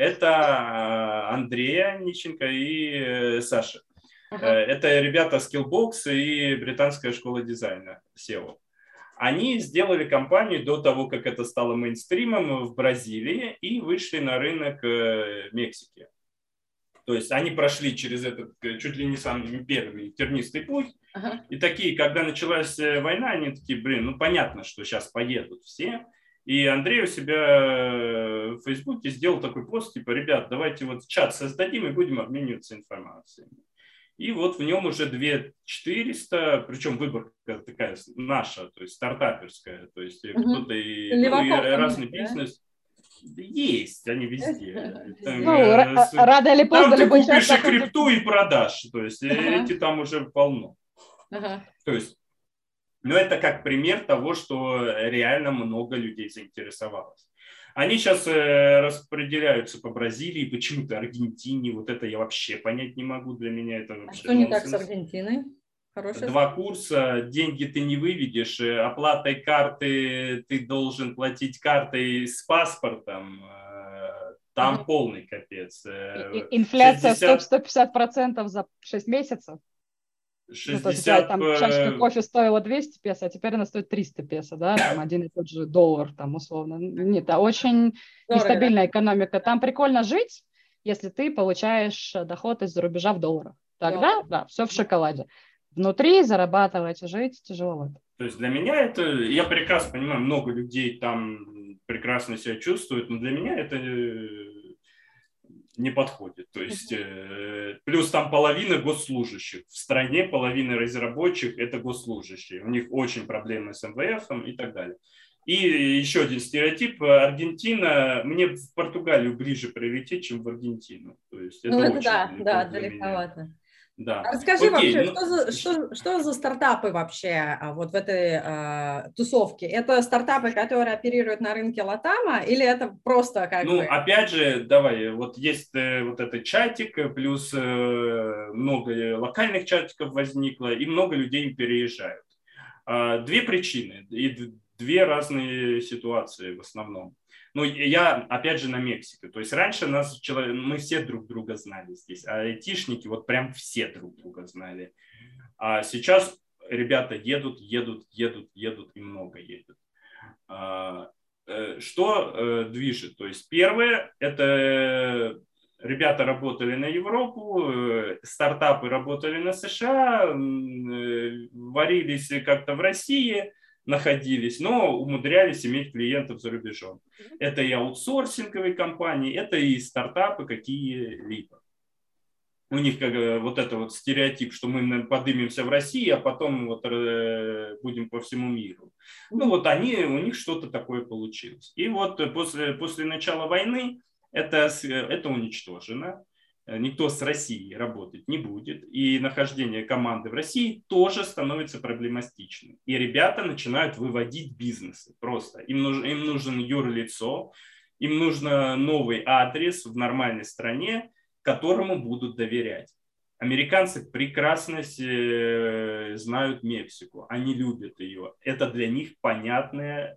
[SPEAKER 2] Это Андрея Ниченко и Саша. Это ребята Skillbox и британская школа дизайна SEO. Они сделали компанию до того, как это стало мейнстримом в Бразилии и вышли на рынок Мексики. То есть они прошли через этот чуть ли не самый первый тернистый путь. И такие, когда началась война, они такие, ну понятно, что сейчас поедут все. И Андрей у себя в Фейсбуке сделал такой пост, типа, ребят, давайте вот чат создадим и будем обмениваться информацией. И вот в нем уже 2400, причем выборка такая наша, то есть стартаперская, то есть кто-то и разный бизнес. Есть, они везде.
[SPEAKER 3] Рано или поздно
[SPEAKER 2] там ты купишь и крипту, и продашь, то есть эти там уже полно. То есть, но это как пример того, что реально много людей заинтересовалось. Они сейчас распределяются по Бразилии, почему-то Аргентине. Вот это я вообще понять не могу. Для меня это вообще
[SPEAKER 1] что не так с Аргентиной? Хорошая
[SPEAKER 2] 2 курса, деньги ты не выведешь, оплатой карты ты должен платить картой с паспортом. Там полный капец.
[SPEAKER 3] Инфляция 150% за 6 месяцев.
[SPEAKER 2] 60...
[SPEAKER 3] там чашка кофе стоила 200 песо, а теперь она стоит 300 песо, да, там один и тот же доллар, там условно. Нет, это очень нестабильная экономика. Там прикольно жить, если ты получаешь доход из-за рубежа в долларах. Тогда, да, все в шоколаде. Внутри зарабатывать, жить тяжело.
[SPEAKER 2] То есть для меня это, я прекрасно понимаю, много людей там прекрасно себя чувствуют, но для меня это не подходит. То есть плюс там половина госслужащих. В стране половина разработчиков – это госслужащие. У них очень проблемы с МВФ и так далее. И еще один стереотип. Аргентина, мне в Португалию ближе прилететь, чем в Аргентину. То есть это очень
[SPEAKER 1] да, далековато.
[SPEAKER 2] Да.
[SPEAKER 1] Расскажи
[SPEAKER 2] Окей,
[SPEAKER 1] вообще,
[SPEAKER 2] ну,
[SPEAKER 1] что за стартапы вообще вот в этой тусовке? Это стартапы, которые оперируют на рынке Латама, или это просто как бы...
[SPEAKER 2] ну, опять же, давай, вот есть вот этот чатик, плюс много локальных чатиков возникло, и много людей переезжают. Две причины и две разные ситуации в основном. Ну, я, опять же, на Мексике. То есть раньше мы все друг друга знали здесь, а айтишники вот прям все друг друга знали. А сейчас ребята едут и много едут. Что движет? То есть первое, это ребята работали на Европу, стартапы работали на США, варились как-то в России, находились, но умудрялись иметь клиентов за рубежом. Это и аутсорсинговые компании, это и стартапы какие-либо. У них как вот это вот стереотип, что мы поднимемся в России, а потом вот будем по всему миру. Ну вот у них что-то такое получилось. И вот после начала войны это уничтожено. Никто с Россией работать не будет. И нахождение команды в России тоже становится проблематичным. И ребята начинают выводить бизнесы просто. Им нужен юрлицо, им нужен новый адрес в нормальной стране, которому будут доверять. Американцы прекрасно знают Мексику, они любят ее. Это для них понятная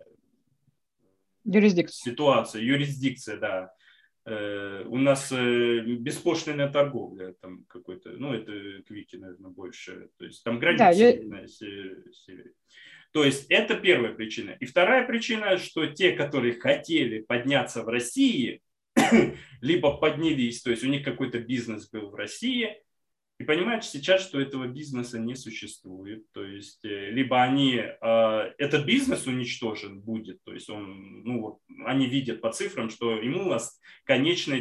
[SPEAKER 2] ситуация, юрисдикция, да. У нас беспошлинная торговля, там какой-то, ну это Квики, наверное, больше, то есть там границы нет на севере. То есть это первая причина. И вторая причина, что те, которые хотели подняться в России, либо поднялись, то есть у них какой-то бизнес был в России, и понимают сейчас, что этого бизнеса не существует. То есть либо этот бизнес уничтожен будет, то есть они видят по цифрам, что ему конечное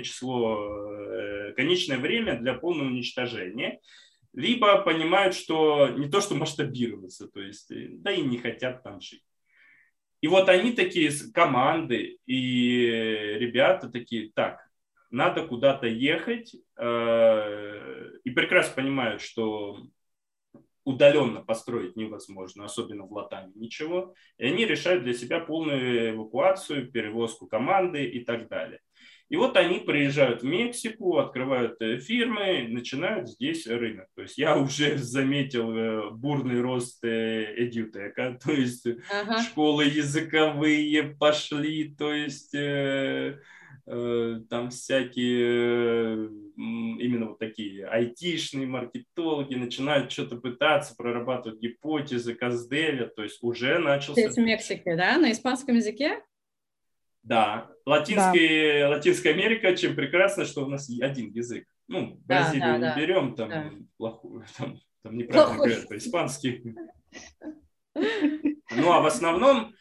[SPEAKER 2] время для полного уничтожения, либо понимают, что не то, что масштабироваться, то есть да и не хотят там жить. И вот они такие команды и ребята такие, так, надо куда-то ехать, и прекрасно понимают, что удаленно построить невозможно, особенно в Латаме ничего, и они решают для себя полную эвакуацию, перевозку команды и так далее. И вот они приезжают в Мексику, открывают фирмы, начинают здесь рынок. То есть я уже заметил бурный рост эдютека, то есть школы языковые пошли, то есть там всякие именно вот такие айтишные маркетологи начинают что-то пытаться прорабатывать гипотезы, каздевят, то есть уже начался...
[SPEAKER 1] Здесь в Мексике, да, на испанском языке?
[SPEAKER 2] Да, Латинская Америка, чем прекрасно, что у нас один язык. Ну, Бразилию не берем, там плохую, там неправильно говорят по-испански. Ну, а в основном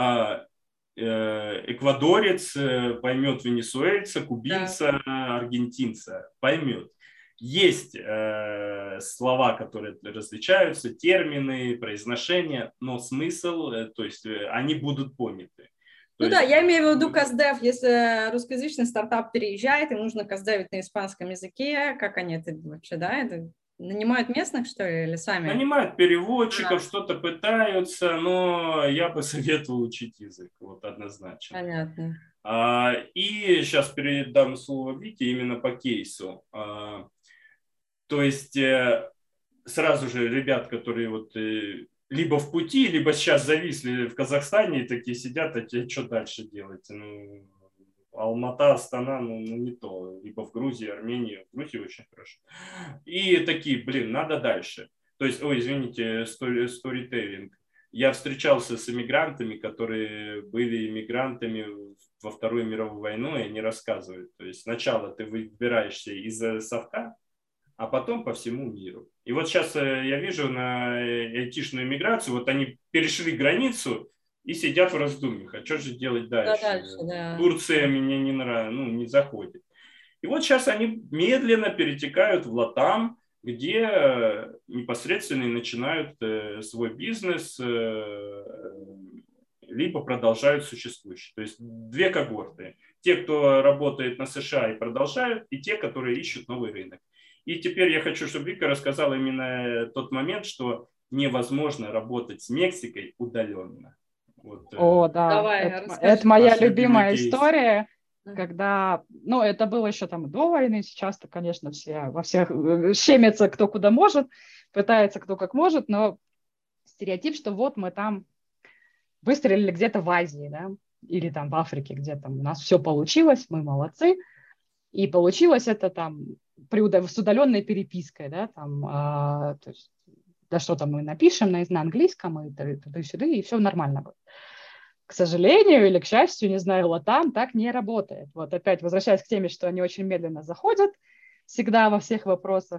[SPEAKER 2] эквадорец поймет венесуэльца, кубинца, аргентинца, поймет. Есть слова, которые различаются, термины, произношения, но смысл, то есть они будут поняты.
[SPEAKER 1] Ну да, я имею в виду каздев, если русскоязычный стартап переезжает, им нужно каздевить на испанском языке, как они это вообще, да, это нанимают местных, что ли, или сами?
[SPEAKER 2] Нанимают переводчиков, что-то пытаются, но я бы советовал учить язык, вот однозначно.
[SPEAKER 1] Понятно.
[SPEAKER 2] И сейчас передам слово Вите именно по кейсу. То есть сразу же ребят, которые вот либо в пути, либо сейчас зависли в Казахстане и такие сидят, а тебе что дальше делать? Ну, Алмата, Астана, ну не то. Либо в Грузии, Армении. В Грузии очень хорошо. И такие, блин, надо дальше. То есть, извините, сторителлинг. Я встречался с иммигрантами, которые были иммигрантами во Вторую мировую войну, и они рассказывают. То есть сначала ты выбираешься из совка, а потом по всему миру. И вот сейчас я вижу на айтишную миграцию, вот они перешли границу и сидят в раздумьях, а что же делать дальше?
[SPEAKER 1] Да, дальше, да.
[SPEAKER 2] Турция мне не нравится, не заходит. И вот сейчас они медленно перетекают в Латам, где непосредственно начинают свой бизнес, либо продолжают существующий. То есть две когорты. Те, кто работает на США и продолжают, и те, которые ищут новый рынок. И теперь я хочу, чтобы Вика рассказала именно тот момент, что невозможно работать с Мексикой удаленно. Вот,
[SPEAKER 3] О, да,
[SPEAKER 1] Давай,
[SPEAKER 3] это
[SPEAKER 1] расскажи.
[SPEAKER 3] моя
[SPEAKER 2] ваш любимый
[SPEAKER 3] любимая
[SPEAKER 2] кейс.
[SPEAKER 3] история, когда, ну, это было еще там до войны, сейчас-то, конечно, все во всех щемятся, кто куда может, пытается кто как может, но стереотип, что вот мы там выстрелили где-то в Азии, да, или там в Африке, где там у нас все получилось, мы молодцы, и получилось это там с удаленной перепиской, да, там, то есть, да что там мы напишем на английском, и туда-сюда, и все нормально будет. К сожалению или к счастью, не знаю, латам так не работает. Вот опять возвращаясь к теме, что они очень медленно заходят всегда во всех вопросах.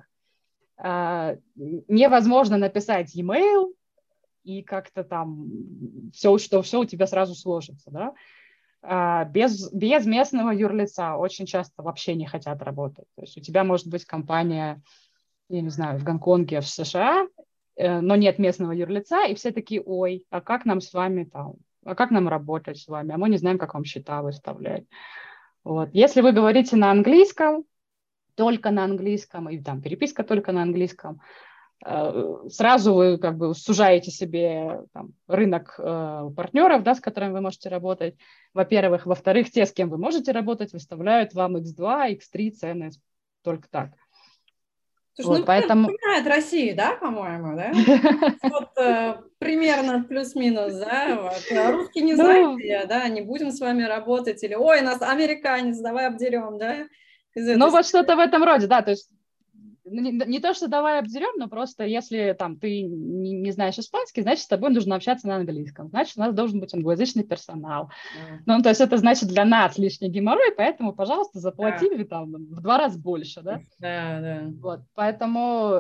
[SPEAKER 3] Невозможно написать e-mail и как-то там все, что все у тебя сразу сложится, да. Без местного юрлица очень часто вообще не хотят работать. То есть у тебя может быть компания, я не знаю, в Гонконге, в США, но нет местного юрлица, и все такие, ой, а как нам с вами там, а как нам работать с вами, а мы не знаем, как вам счета выставлять. Вот. Если вы говорите на английском, только на английском, и там переписка только на английском, сразу вы как бы сужаете себе там, рынок партнеров, да, с которыми вы можете работать, во-первых. Во-вторых, те, с кем вы можете работать, выставляют вам X2, X3 цены только так.
[SPEAKER 1] Слушай,
[SPEAKER 3] Вот,
[SPEAKER 1] ну,
[SPEAKER 3] поэтому...
[SPEAKER 1] напоминает России, да, по-моему, да? Вот примерно плюс-минус, да, вот. Русский не знаете, да, не будем с вами работать, или, ой, нас американец, давай обдерем, да?
[SPEAKER 3] Ну, вот что-то в этом роде, да, то есть не то, что давай обдерем, но просто если там ты не знаешь испанский, значит, с тобой нужно общаться на английском, значит, у нас должен быть англоязычный персонал. Ну, то есть это значит для нас лишний геморрой, поэтому, пожалуйста, заплати там в 2 раза больше, да?
[SPEAKER 1] Да.
[SPEAKER 3] Вот, поэтому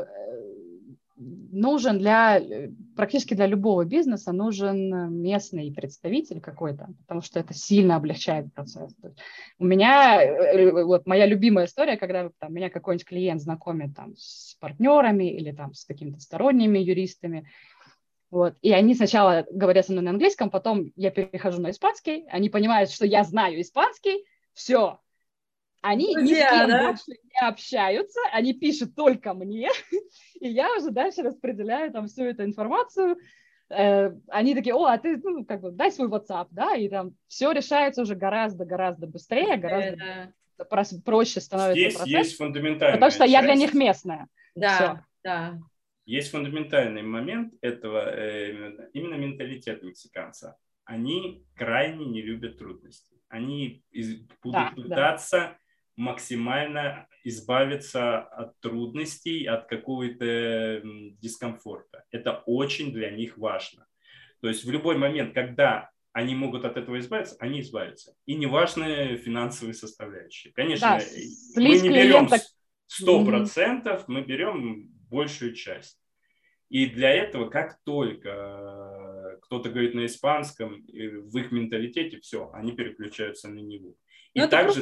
[SPEAKER 3] нужен практически для любого бизнеса нужен местный представитель какой-то, потому что это сильно облегчает процесс. У меня, вот моя любимая история, когда там, меня какой-нибудь клиент знакомит там, с партнерами или там, с какими-то сторонними юристами, вот, и они сначала говорят со мной на английском, потом я перехожу на испанский, они понимают, что я знаю испанский, все, они ни с
[SPEAKER 1] Друзья,
[SPEAKER 3] кем
[SPEAKER 1] да?
[SPEAKER 3] больше не общаются, они пишут только мне, и я уже дальше распределяю там всю эту информацию. Они такие, о, а ты, ну, как бы, дай свой WhatsApp, да, и там все решается уже гораздо быстрее, гораздо проще становится
[SPEAKER 2] Здесь
[SPEAKER 3] процесс,
[SPEAKER 2] есть фундаментальная
[SPEAKER 3] потому что я для них
[SPEAKER 2] часть.
[SPEAKER 3] местная.
[SPEAKER 1] Да,
[SPEAKER 3] Все.
[SPEAKER 1] да.
[SPEAKER 2] Есть фундаментальный момент этого, именно менталитет мексиканца. Они крайне не любят трудностей. Они будут пытаться максимально избавиться от трудностей, от какого-то дискомфорта. Это очень для них важно. То есть в любой момент, когда они могут от этого избавиться, они избавятся. И неважно финансовые составляющие. Конечно, мы не берем 100%, мы берем большую часть. И для этого, как только кто-то говорит на испанском, в их менталитете, все, они переключаются на него. И
[SPEAKER 1] ну,
[SPEAKER 2] также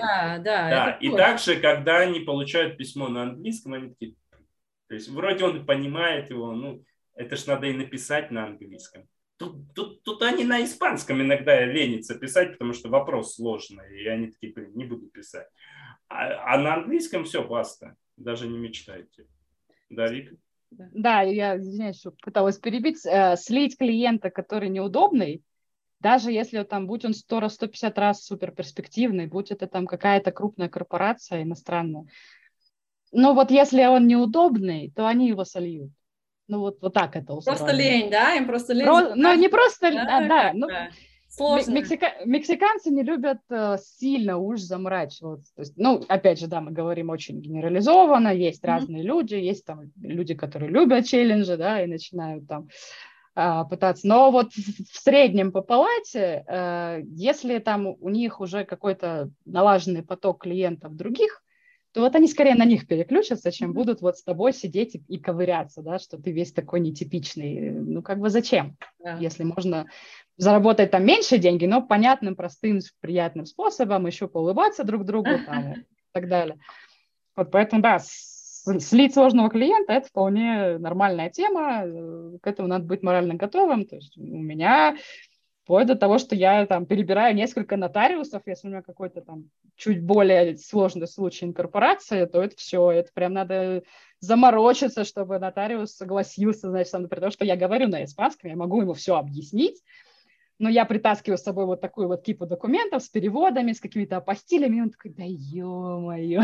[SPEAKER 1] также,
[SPEAKER 2] когда они получают письмо на английском, они такие, то есть вроде он понимает его, ну, это ж надо и написать на английском. Тут они на испанском иногда ленятся писать, потому что вопрос сложный, и они такие, блин, не буду писать. А на английском все, баста, даже не мечтайте. Да, Вика?
[SPEAKER 3] Да, я, извиняюсь, что пыталась перебить. Слить клиента, который неудобный, даже если там, будь он 100 раз, 150 раз супер перспективный, будь это там какая-то крупная корпорация иностранная, но вот если он неудобный, то они его сольют. Ну вот так это устроено.
[SPEAKER 1] Просто лень, да? Им просто лень.
[SPEAKER 3] Ну не просто, да. Ну,
[SPEAKER 1] сложно.
[SPEAKER 3] Мексиканцы не любят сильно уж заморачиваться. То есть, ну, опять же, да, мы говорим очень генерализованно, есть разные люди, есть там люди, которые любят челленджи, да, и начинают там пытаться. Но вот в среднем по палате, если там у них уже какой-то налаженный поток клиентов других, то вот они скорее на них переключатся, чем будут вот с тобой сидеть и ковыряться, да, что ты весь такой нетипичный. Ну, как бы зачем? Да. Если можно заработать там меньше деньги, но понятным, простым, приятным способом, еще поулыбаться друг другу там, и так далее. Вот поэтому, да, слить сложного клиента – это вполне нормальная тема, к этому надо быть морально готовым. То есть у меня вплоть до того, что я там перебираю несколько нотариусов, если у меня какой-то там чуть более сложный случай инкорпорации, то это все, это прям надо заморочиться, чтобы нотариус согласился, значит, со мной, при том, что я говорю на испанском, я могу ему все объяснить, но я притаскиваю с собой вот такую вот кипу документов с переводами, с какими-то апостилями, и он такой, да ё-моё.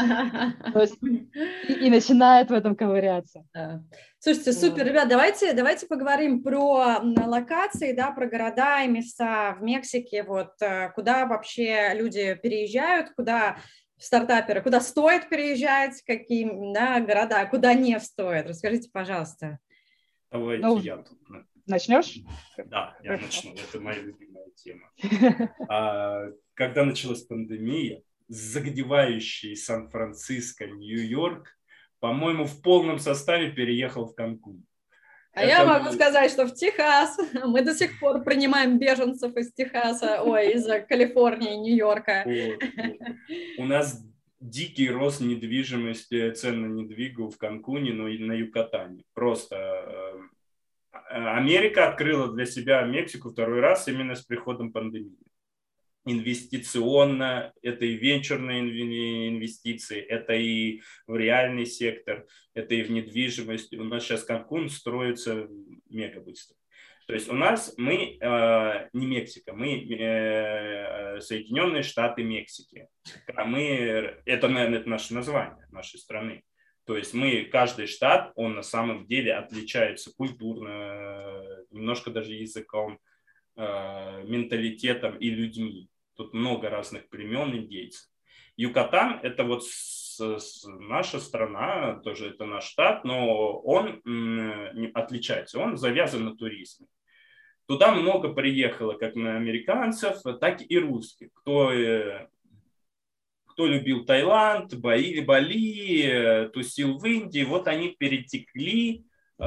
[SPEAKER 3] И начинает в этом ковыряться.
[SPEAKER 1] Да. Слушайте, супер, ребят, давайте поговорим про локации, да, про города и места в Мексике, вот куда вообще люди переезжают, куда стартаперы, куда стоит переезжать, какие, да, города, куда не стоит. Расскажите, пожалуйста.
[SPEAKER 2] Давайте я тут.
[SPEAKER 3] Начнешь?
[SPEAKER 2] Да, я начну. Это моя любимая тема. Когда началась пандемия, загнивающий Сан-Франциско, Нью-Йорк, по-моему, в полном составе переехал в Канкун.
[SPEAKER 1] Я могу сказать, что в Техас мы до сих пор принимаем беженцев из Техаса, из Калифорнии, Нью-Йорка.
[SPEAKER 2] У нас дикий рост недвижимости, цен на недвигу в Канкуне, но и на Юкатане. Просто Америка открыла для себя Мексику второй раз именно с приходом пандемии. Инвестиционно, это и венчурные инвестиции, это и в реальный сектор, это и в недвижимость. У нас сейчас Канкун строится мега быстро. То есть у нас мы не Мексика, мы Соединенные Штаты Мексики. Это, наверное, это наше название нашей страны. То есть каждый штат, он на самом деле отличается культурно, немножко даже языком, менталитетом и людьми. Тут много разных племен, индейцев. Юкатан – это вот наша страна, тоже это наш штат, но он отличается, он завязан на туризме. Туда много приехало как американцев, так и русских. Кто любил Таиланд, Бали, тусил в Индии, вот они перетекли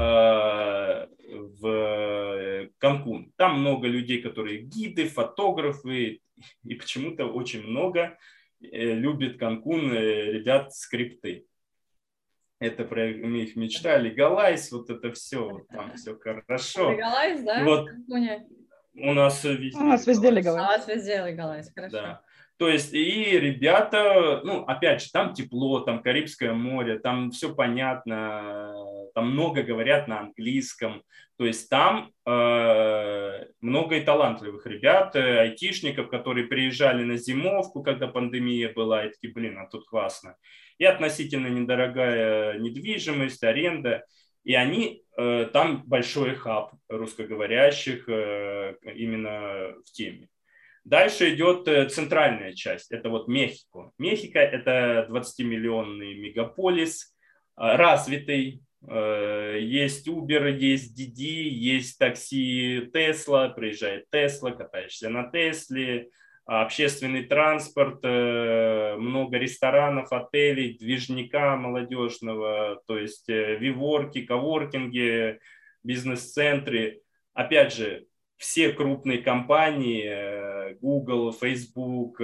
[SPEAKER 2] в Канкун. Там много людей, которые гиды, фотографы, и почему-то очень много любит Канкун ребят скрипты. Это про их мечта, Легалайз, вот это все, вот там все хорошо.
[SPEAKER 1] Легалайз, да?
[SPEAKER 2] Вот у нас везде
[SPEAKER 3] Легалайз.
[SPEAKER 1] У вас везде Легалайз, хорошо.
[SPEAKER 2] Да. То есть и ребята, опять же, там тепло, там Карибское море, там все понятно, там много говорят на английском. То есть там много и талантливых ребят, айтишников, которые приезжали на зимовку, когда пандемия была, и такие, блин, а тут классно. И относительно недорогая недвижимость, аренда. И они, там большой хаб русскоговорящих именно в теме. Дальше идет центральная часть, это вот Мехико. Мехико – это 20-миллионный мегаполис, развитый. Есть Uber, есть Didi, есть такси Tesla, приезжает Tesla, катаешься на Тесле, общественный транспорт, много ресторанов, отелей, движника молодежного, то есть виворки, коворкинги, бизнес-центры. Опять же, все крупные компании, Google, Facebook,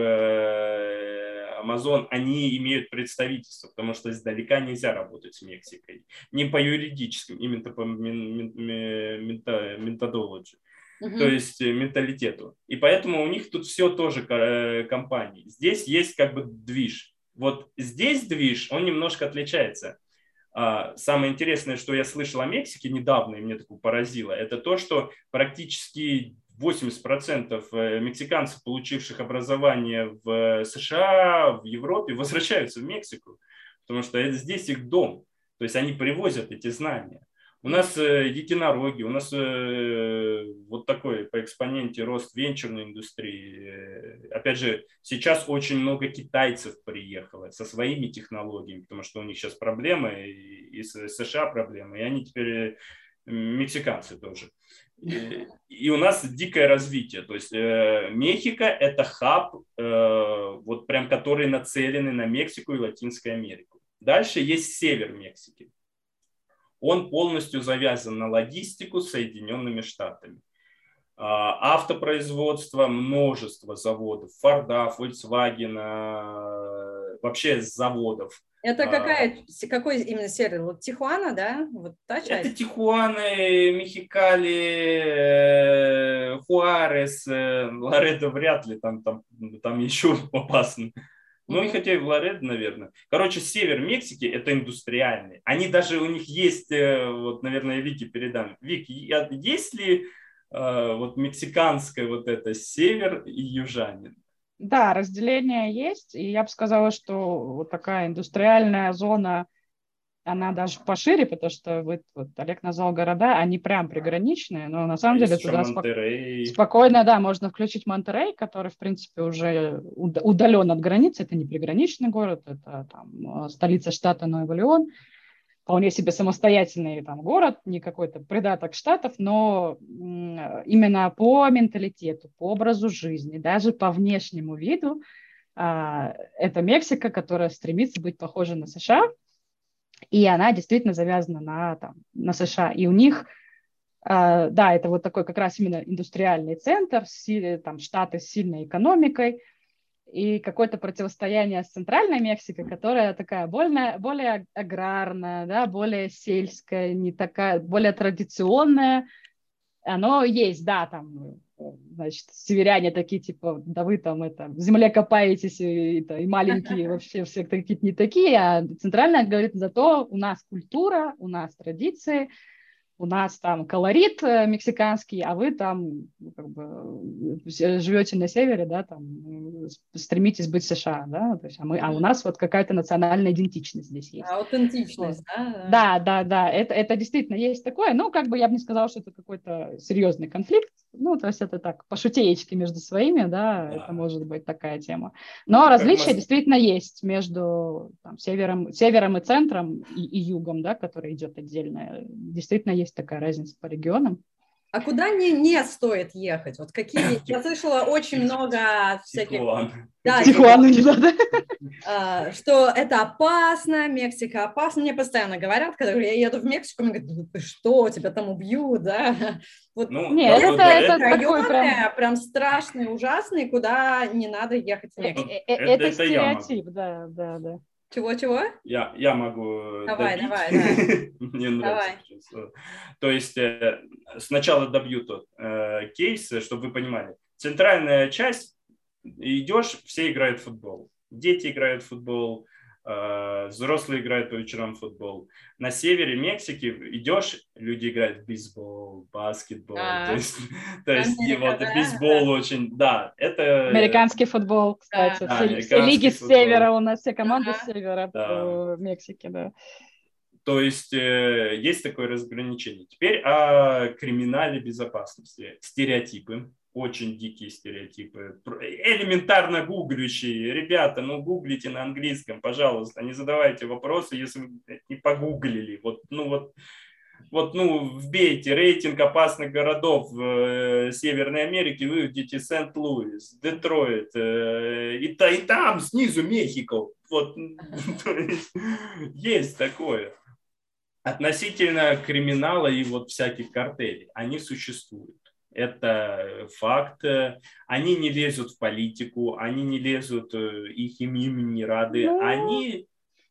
[SPEAKER 2] Amazon, они имеют представительство, потому что издалека нельзя работать с Мексикой. Не по юридическим, именно по методологии, то есть менталитету. И поэтому у них тут все тоже компании. Здесь есть как бы движ. Вот здесь движ, он немножко отличается. Самое интересное, что я слышал о Мексике недавно, и меня такое поразило, это то, что практически 80% мексиканцев, получивших образование в США, в Европе, возвращаются в Мексику, потому что здесь их дом. То есть они привозят эти знания. У нас единороги, у нас вот такой по экспоненте рост венчурной индустрии. Опять же, сейчас очень много китайцев приехало со своими технологиями, потому что у них сейчас проблемы, и с США проблемы, и они теперь мексиканцы тоже. И у нас дикое развитие. То есть Мехико – это хаб, вот прям который нацеленный на Мексику и Латинскую Америку. Дальше есть север Мексики. Он полностью завязан на логистику с Соединенными Штатами. Автопроизводство, множество заводов, Форда, Volkswagen, вообще с заводов.
[SPEAKER 1] Это какой именно север? Вот Тихуана, да? Вот та часть?
[SPEAKER 2] Это Тихуана, Мехикали, Хуарес, Ларедо вряд ли, там еще опасно. Ну и хотя и в Ларедо, наверное. Короче, север Мексики – это индустриальный. Они даже, у них есть, вот, наверное, Вики передам. Вик, есть ли вот мексиканское вот это север и южанин?
[SPEAKER 3] Да, разделение есть, и я бы сказала, что вот такая индустриальная зона, она даже пошире, потому что вот Олег назвал города, они прям приграничные, но на самом деле
[SPEAKER 2] Есть еще
[SPEAKER 3] туда
[SPEAKER 2] Монтеррей.
[SPEAKER 3] спокойно, да, можно включить Монтеррей, который, в принципе, уже удален от границы, это не приграничный город, это там столица штата Нуэво Леон, вполне себе самостоятельный там город, не какой-то придаток штатов, но именно по менталитету, по образу жизни, даже по внешнему виду, это Мексика, которая стремится быть похожей на США, и она действительно завязана на США. И у них, да, это вот такой как раз именно индустриальный центр, там штаты с сильной экономикой, и какое-то противостояние с центральной Мексикой, которая такая более аграрная, да, более сельская, не такая, более традиционная. Оно есть, да, там, значит, северяне такие, типа, да вы там это, в земле копаетесь, и маленькие вообще все какие-то не такие, а центральная говорит, зато у нас культура, у нас традиции, у нас там колорит мексиканский, а вы там как бы живете на севере, да, там стремитесь быть США, да, то есть, а у нас вот какая-то национальная идентичность здесь есть.
[SPEAKER 1] Аутентичность,
[SPEAKER 3] вот.
[SPEAKER 1] Да,
[SPEAKER 3] это действительно есть такое, ну, как бы я бы не сказала, что это какой-то серьезный конфликт, ну, то есть это так, по шутеечке между своими, да, это может быть такая тема. Но различия действительно есть между там, севером и центром и югом, да, который идет отдельно. Действительно есть такая разница по регионам.
[SPEAKER 1] А куда не стоит ехать? Вот какие? Я слышала очень много всяких...
[SPEAKER 3] Да, Тихуану не надо.
[SPEAKER 1] Что это опасно, Мексика опасна. Мне постоянно говорят, когда я еду в Мексику, мне говорят, ты что, тебя там убьют, да? Вот,
[SPEAKER 3] нет, это
[SPEAKER 1] районы прям страшные, ужасные, куда не надо ехать в Мексику.
[SPEAKER 3] Это стереотип, да.
[SPEAKER 1] Чего-чего?
[SPEAKER 2] Я могу
[SPEAKER 1] давай.
[SPEAKER 2] Мне нравится. То есть сначала добью тот кейс, чтобы вы понимали. Центральная часть, идешь, все играют в футбол. Дети играют в футбол, взрослые играют по вечерам в футбол. На севере Мексики идешь, люди играют в бейсбол, баскетбол. То есть вот бейсбол очень, да, это...
[SPEAKER 3] Американский футбол, кстати. Все лиги с севера у нас, все команды с севера в Мексике, да.
[SPEAKER 2] То есть есть такое разграничение. Теперь о криминале безопасности. Стереотипы. Очень дикие стереотипы. Элементарно гуглющие. Ребята, гуглите на английском, пожалуйста. Не задавайте вопросы, если вы не погуглили. Вбейте рейтинг опасных городов в Северной Америке, вы увидите Сент-Луис, Детройт, и там снизу Мехико. Есть такое. Относительно криминала и всяких картелей, они существуют. Это факт. Они не лезут в политику, они не лезут, их им не рады. Они...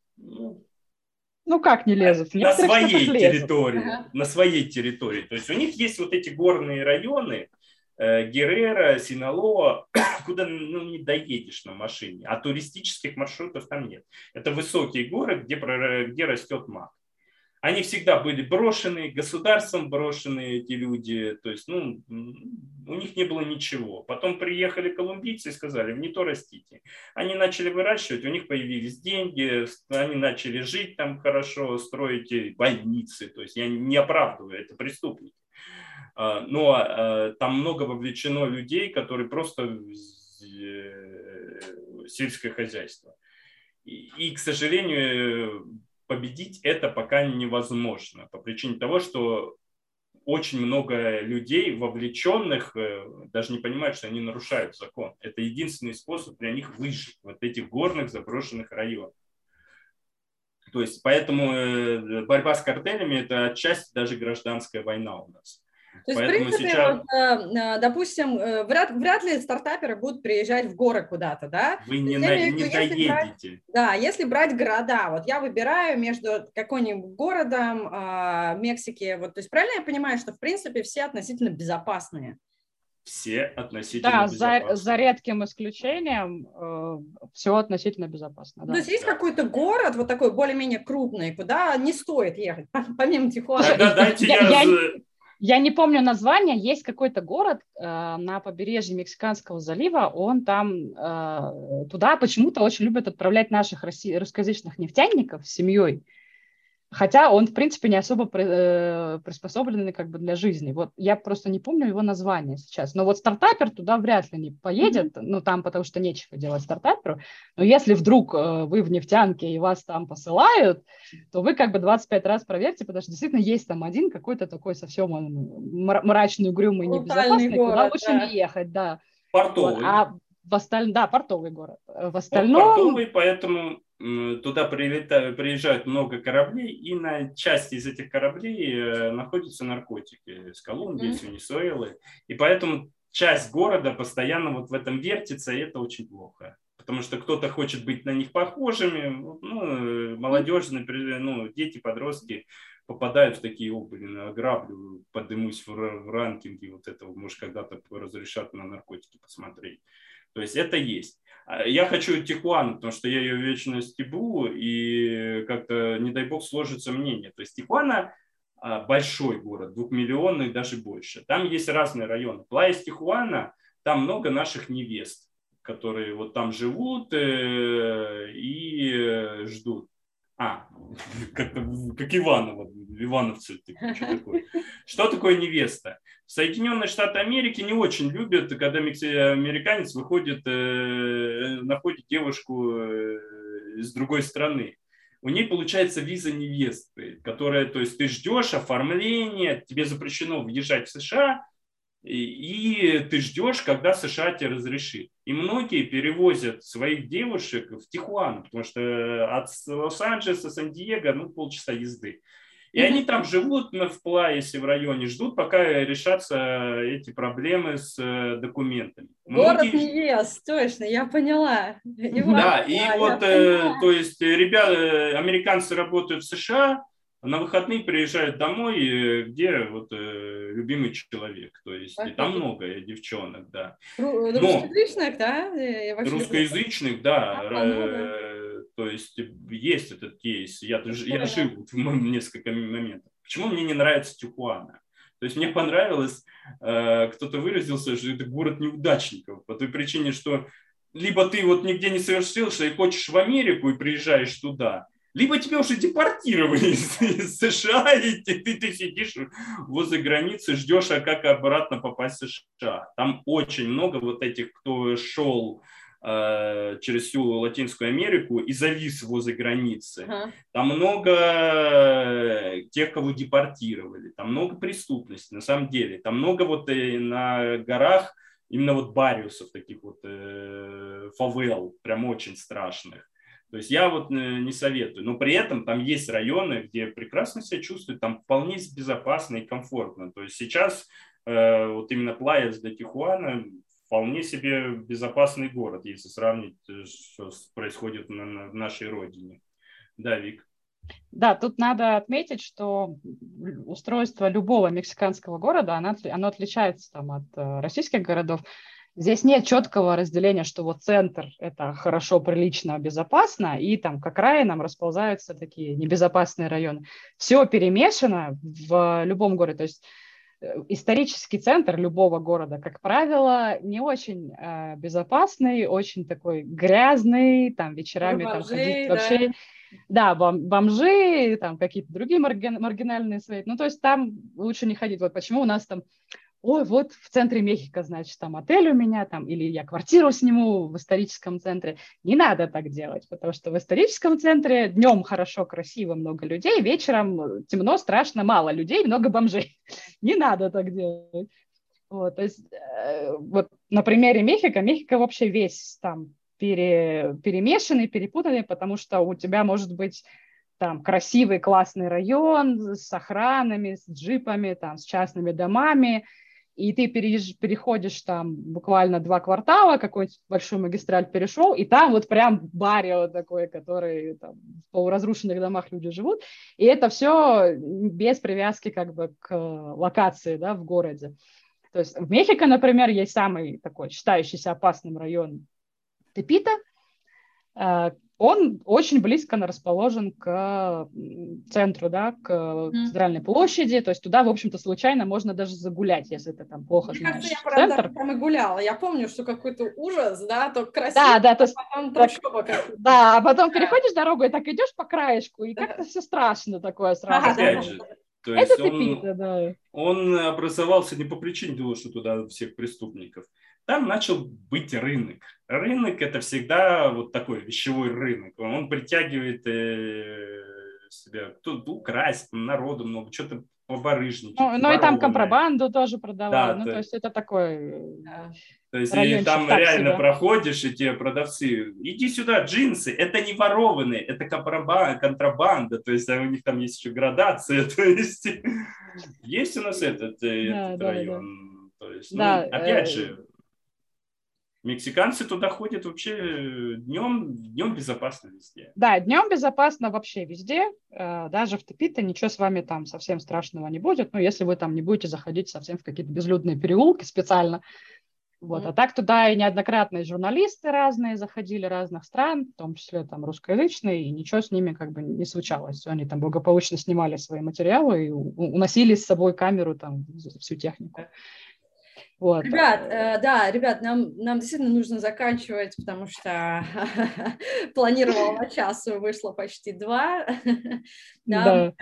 [SPEAKER 3] как не лезут?
[SPEAKER 2] На своей территории. На своей территории. То есть у них есть эти горные районы, Геррера, Синалоа, куда не доедешь на машине, а туристических маршрутов там нет. Это высокие горы, где растет мак. Они всегда были брошены, государством брошены эти люди, то есть, у них не было ничего. Потом приехали колумбийцы и сказали, не то растите. Они начали выращивать, у них появились деньги, они начали жить там хорошо, строить больницы, то есть я не оправдываю, это преступники. Но там много вовлечено людей, которые просто сельское хозяйство. И, к сожалению, победить это пока невозможно по причине того, что очень много людей, вовлеченных, даже не понимают, что они нарушают закон. Это единственный способ для них выжить в этих горных заброшенных районах. То есть поэтому борьба с картелями – это отчасти даже гражданская война у нас.
[SPEAKER 1] То есть, в
[SPEAKER 2] Поэтому
[SPEAKER 1] принципе,
[SPEAKER 2] сейчас
[SPEAKER 1] вот, допустим, вряд ли стартаперы будут приезжать в горы куда-то, да?
[SPEAKER 2] вы
[SPEAKER 1] То
[SPEAKER 2] не,
[SPEAKER 1] есть, я имею в виду, если брать,
[SPEAKER 2] доедете.
[SPEAKER 1] да, если брать города, вот я выбираю между каким-нибудь городом Мексики, вот, то есть правильно я понимаю, что, в принципе, все относительно безопасные?
[SPEAKER 2] Все относительно
[SPEAKER 3] Да, за
[SPEAKER 2] безопасны.
[SPEAKER 3] редким исключением все относительно безопасно.
[SPEAKER 1] То
[SPEAKER 3] Да.
[SPEAKER 1] есть есть
[SPEAKER 2] Да.
[SPEAKER 1] какой-то город, вот такой более-менее крупный, куда не стоит ехать, помимо Тихуана?
[SPEAKER 2] Тогда дайте
[SPEAKER 3] Я не помню название, есть какой-то город на побережье Мексиканского залива, он там, туда почему-то очень любят отправлять наших русскоязычных нефтяников с семьей, хотя он, в принципе, не особо приспособленный как бы для жизни. Вот я просто не помню его название сейчас. Но вот стартапер туда вряд ли не поедет, ну там потому что нечего делать стартаперу. Но если вдруг вы в нефтянке и вас там посылают, то вы как бы 25 раз проверьте, потому что действительно есть там один какой-то такой совсем мрачный, угрюмый,
[SPEAKER 1] Брутальный
[SPEAKER 3] небезопасный, куда
[SPEAKER 1] город,
[SPEAKER 3] лучше
[SPEAKER 1] да.
[SPEAKER 3] не ехать, да. Вот.
[SPEAKER 2] портовый.
[SPEAKER 3] А в остальном, да, портовый город. В
[SPEAKER 2] Вот
[SPEAKER 3] остальном...
[SPEAKER 2] портовый, поэтому туда приезжают много кораблей, и на части из этих кораблей находятся наркотики с Колумбии, с Венесуэлы. И поэтому часть города постоянно вот в этом вертится, и это очень плохо. Потому что кто-то хочет быть на них похожими, ну, молодежь, например, ну, дети, подростки попадают в такие блин, граблю, поднимусь в ранкинге вот этого, может, когда-то разрешат на наркотики посмотреть. То есть это есть. Я хочу Тихуану, потому что я ее вечно стебу, и как-то, не дай бог, сложится мнение. То есть Тихуана большой город, 2-миллионный, даже больше. Там есть разные районы. Плайя Тихуана, там много наших невест, которые вот там живут и ждут. Как Иваново, Ивановцы, что такое? Что такое невеста? Соединенные Штаты Америки не очень любят, когда американец выходит, находит девушку из другой страны. У ней получается виза невесты, которая, то есть ты ждешь оформления, тебе запрещено въезжать в США, и ты ждешь, когда США тебе разрешит. И многие перевозят своих девушек в Тихуану, потому что от Лос-Анджелеса, Сан-Диего, ну, полчаса езды. И они там живут в Плайесе, в районе, ждут, пока решатся эти проблемы с документами.
[SPEAKER 1] Город невест, точно, я поняла.
[SPEAKER 2] Да, и вот, то есть, ребята, американцы работают в США, на выходные приезжают домой, где вот любимый человек. То есть там много девчонок, да.
[SPEAKER 1] Русскоязычных, да?
[SPEAKER 2] Русскоязычных, да. То есть есть этот кейс. Я жил в несколько моментах. Почему мне не нравится Тихуана? То есть мне понравилось, кто-то выразился, что это город неудачников. По той причине, что либо ты вот нигде не совершился и хочешь в Америку и приезжаешь туда, либо тебя уже депортировали из США, и ты сидишь возле границы, ждешь, как обратно попасть в США. Там очень много вот этих, кто шел через всю Латинскую Америку и завис возле границы. Там много тех, кого депортировали, там много преступности, на самом деле. Там много вот на горах именно вот бариусов, таких вот фавел, прям очень страшных. То есть я вот не советую. Но при этом там есть районы, где прекрасно себя чувствуют, там вполне безопасно и комфортно. То есть сейчас вот именно Плайя до Тихуана вполне себе безопасный город, если сравнить, что происходит в нашей родине. Да, Вик?
[SPEAKER 3] Да, тут надо отметить, что устройство любого мексиканского города, оно отличается там, от российских городов. Здесь нет четкого разделения, что вот центр – это хорошо, прилично, безопасно, и там к окраинам расползаются такие небезопасные районы. Все перемешано в любом городе. То есть исторический центр любого города, как правило, не очень безопасный, очень такой грязный, там вечерами там ходить вообще... Да, бомжи, там какие-то другие маргинальные свои. Ну, то есть там лучше не ходить. Вот почему у нас там, ой, вот в центре Мехико, значит, там отель у меня, там, или я квартиру сниму в историческом центре. Не надо так делать, потому что в историческом центре днем хорошо, красиво, много людей, вечером темно, страшно, мало людей, много бомжей. Не надо так делать. Вот, то есть, вот на примере Мехико вообще весь там перемешанный, перепутанный, потому что у тебя может быть там красивый, классный район с охранами, с джипами, там, с частными домами, и ты переходишь там буквально 2 квартала, какой-нибудь большой магистраль перешел, и там вот прям барио такой, который там, в полуразрушенных домах люди живут, и это все без привязки как бы к локации, да, в городе. То есть в Мехико, например, есть самый такой считающийся опасным район Тепита. Он очень близко расположен к центру, да, к центральной площади, то есть туда, в общем-то, случайно можно даже загулять, если ты там плохо знаешь
[SPEAKER 1] Мне кажется, я
[SPEAKER 3] центр.
[SPEAKER 1] там и гуляла. Я помню, что какой-то ужас, да, то красиво,
[SPEAKER 3] да, то есть,
[SPEAKER 1] а потом трущоба какая-то.
[SPEAKER 3] Да, а потом переходишь дорогу и так идешь по краешку, и как-то все страшно такое сразу.
[SPEAKER 2] Опять же, то
[SPEAKER 3] это
[SPEAKER 2] есть
[SPEAKER 3] Тепита, да.
[SPEAKER 2] он образовался не по причине того, что туда всех преступников. Там начал быть рынок. Рынок – это всегда вот такой вещевой рынок. Он притягивает себя, кто-то украсть, народу много, что-то побарыжничать.
[SPEAKER 3] Ну и там контрабанду тоже продавали.
[SPEAKER 2] Да,
[SPEAKER 3] то есть это такой
[SPEAKER 2] то есть
[SPEAKER 3] райончик
[SPEAKER 2] там
[SPEAKER 3] так
[SPEAKER 2] реально
[SPEAKER 3] себе.
[SPEAKER 2] проходишь, и те продавцы, иди сюда, джинсы, это не ворованные, это контрабанда, то есть у них там есть еще градация, то есть есть у нас этот район. То есть, опять же, мексиканцы туда ходят вообще днем безопасно везде.
[SPEAKER 3] Да, днем безопасно вообще везде. Даже в Тепито ничего с вами там совсем страшного не будет. Ну, если вы там не будете заходить совсем в какие-то безлюдные переулки специально. Вот. А так туда и неоднократно журналисты разные заходили, разных стран, в том числе там русскоязычные, и ничего с ними как бы не случалось. Они там благополучно снимали свои материалы и уносили с собой камеру, там, всю технику. Вот.
[SPEAKER 1] Ребят, нам действительно нужно заканчивать, потому что планировала на час, вышло почти 2.
[SPEAKER 3] Да.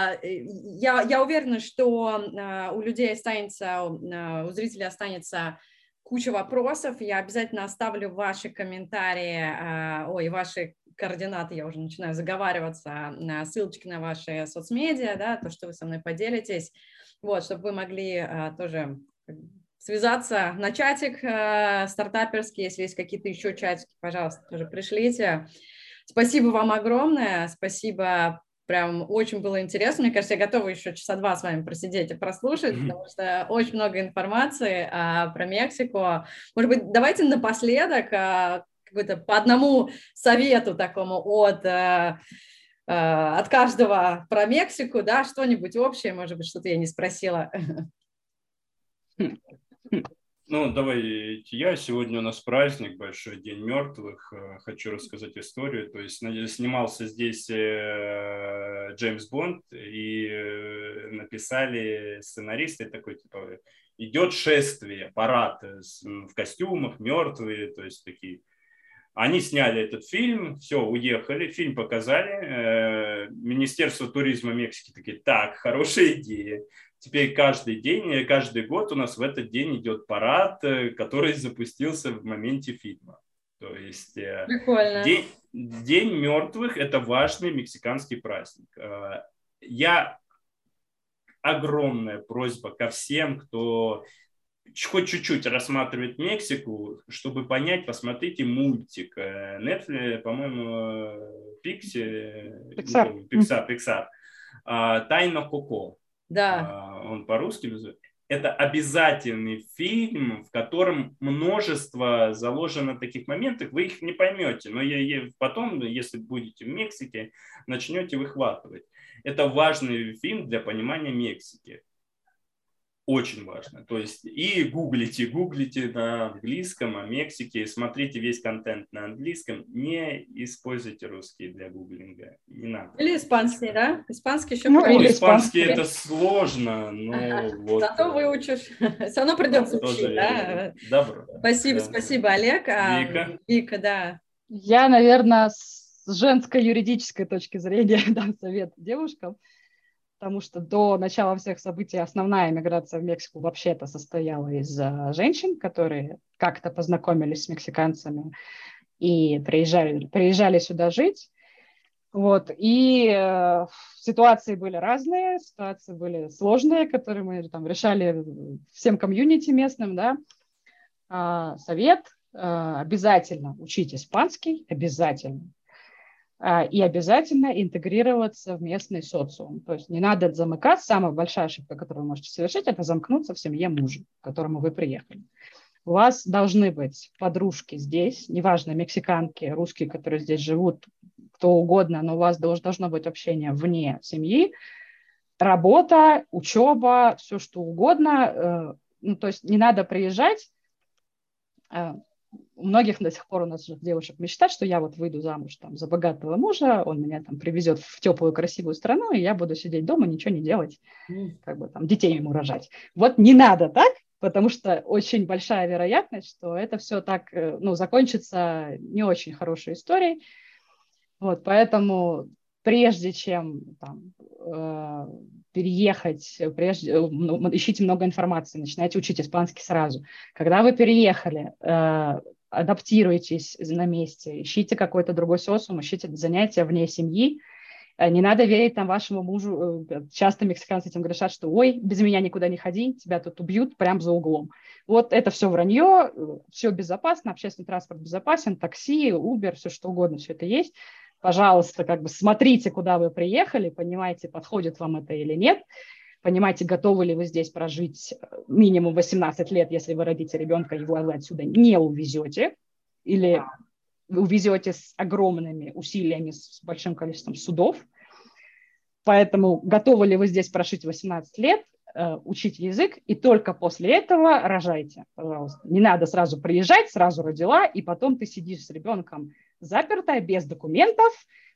[SPEAKER 1] Я уверена, что у людей останется, у зрителей останется куча вопросов. Я обязательно оставлю ваши комментарии, ваши координаты, я уже начинаю заговариваться, ссылочки на ваши соцмедиа, да, то, что вы со мной поделитесь, вот, чтобы вы могли тоже связаться на чатик стартаперский, если есть какие-то еще чатики, пожалуйста, тоже пришлите. Спасибо вам огромное, спасибо, прям очень было интересно. Мне кажется, я готова еще часа 2 с вами просидеть и прослушать, потому что очень много информации про Мексику. Может быть, давайте напоследок какой-то по одному совету такому от каждого про Мексику, да, что-нибудь общее, может быть, что-то я не спросила.
[SPEAKER 2] Ну, давайте я. Сегодня у нас праздник, большой день мертвых. Хочу рассказать историю. То есть снимался здесь Джеймс Бонд, и написали сценаристы такой, типа, идет шествие, парад в костюмах, мертвые, то есть такие. Они сняли этот фильм, все, уехали, фильм показали. Министерство туризма Мексики такие, так, хорошая идея. Теперь каждый день, каждый год у нас в этот день идет парад, который запустился в моменте фильма. То есть День мертвых – это важный мексиканский праздник. Огромная просьба ко всем, кто хоть чуть-чуть рассматривает Мексику, чтобы понять, посмотрите мультик. Netflix, по-моему, Pixar. «Тайна Коко».
[SPEAKER 1] Да.
[SPEAKER 2] Он по-русски называется. Это обязательный фильм, в котором множество заложено таких моментов. Вы их не поймете, но потом, если будете в Мексике, начнете выхватывать. Это важный фильм для понимания Мексики. Очень важно. То есть и гуглите на английском о Мексике, смотрите весь контент на английском, не используйте русский для гуглинга. Не надо.
[SPEAKER 1] Или испанский, да? Испанский еще.
[SPEAKER 2] Испанский это сложно, но вот.
[SPEAKER 1] Зато выучишь. Все равно придется учить, да?
[SPEAKER 2] Добро.
[SPEAKER 1] Спасибо, Олег. Вика, да.
[SPEAKER 3] Я, наверное, с женской юридической точки зрения дам совет девушкам. Потому что до начала всех событий основная эмиграция в Мексику вообще-то состояла из женщин, которые как-то познакомились с мексиканцами и приезжали сюда жить. Вот. И ситуации были разные, ситуации были сложные, которые мы там решали всем комьюнити местным. Да? Совет: обязательно учить испанский, обязательно. и обязательно интегрироваться в местный социум. То есть не надо замыкаться. Самая большая ошибка, которую вы можете совершить, это замкнуться в семье мужа, к которому вы приехали. У вас должны быть подружки здесь, неважно, мексиканки, русские, которые здесь живут, кто угодно, но у вас должно быть общение вне семьи, работа, учеба, все что угодно. Ну, то есть не надо приезжать. У многих до сих пор у нас девушек мечта, что я вот выйду замуж там, за богатого мужа, он меня там привезет в теплую, красивую страну, и я буду сидеть дома, ничего не делать, как бы там детей ему рожать. Вот не надо так, потому что очень большая вероятность, что это все так, ну, закончится не очень хорошей историей. Вот, поэтому прежде чем там, переехать, ищите много информации, начинайте учить испанский сразу. Когда вы переехали, адаптируйтесь на месте, ищите какой-то другой социум, ищите занятия вне семьи. Не надо верить там вашему мужу. Часто мексиканцы этим грешат, что ой, без меня никуда не ходи, тебя тут убьют прямо за углом. Вот это все вранье, все безопасно, общественный транспорт безопасен, такси, Uber, все что угодно, все это есть. Пожалуйста, как бы смотрите, куда вы приехали, понимаете, подходит вам это или нет, понимаете, готовы ли вы здесь прожить минимум 18 лет, если вы родите ребенка, его вы отсюда не увезете, или увезете с огромными усилиями, с большим количеством судов. Поэтому готовы ли вы здесь прожить 18 лет, учить язык, и только после этого рожайте, пожалуйста. Не надо сразу приезжать, сразу родила, и потом ты сидишь с ребенком запертая, без документов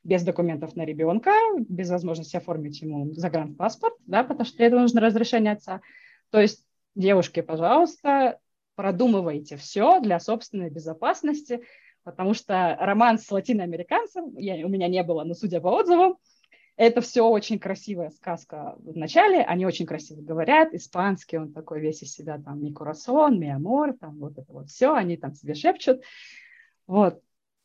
[SPEAKER 3] на ребенка, без возможности оформить ему загранпаспорт, да, потому что для этого нужно разрешение отца. То есть, девушки, пожалуйста, продумывайте все для собственной безопасности, потому что роман с латиноамериканцем, у меня не было, но судя по отзывам, это все очень красивая сказка в начале, они очень красиво говорят, испанский, он такой весь из себя, там, mi corazón, mi amor, там, вот это вот все, они там себе шепчут, вот.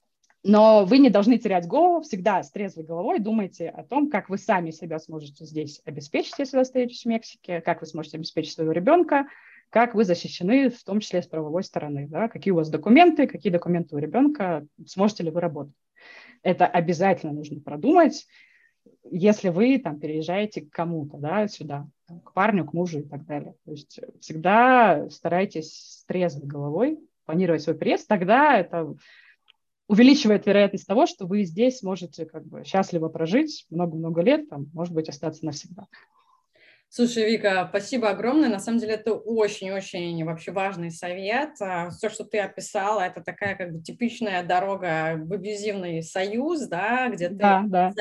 [SPEAKER 3] Но вы не должны терять голову, всегда с трезвой головой думайте о том, как вы сами себя сможете здесь обеспечить, если вы остаетесь в Мексике, как вы сможете обеспечить своего ребенка, как вы защищены, в том числе с правовой стороны, да? Какие у вас документы, какие документы у ребенка, сможете ли вы работать. Это обязательно нужно продумать, если вы там переезжаете к кому-то, да, сюда, к парню, к мужу и так далее. То есть всегда старайтесь с трезвой головой планировать свой приезд, тогда это увеличивает вероятность того, что вы здесь можете как бы счастливо прожить много-много лет, там, может быть, остаться навсегда.
[SPEAKER 1] Слушай, Вика, спасибо огромное. На самом деле это очень-очень вообще важный совет. Все, что ты описала, это такая как бы типичная дорога в абьюзивный союз, да, где ты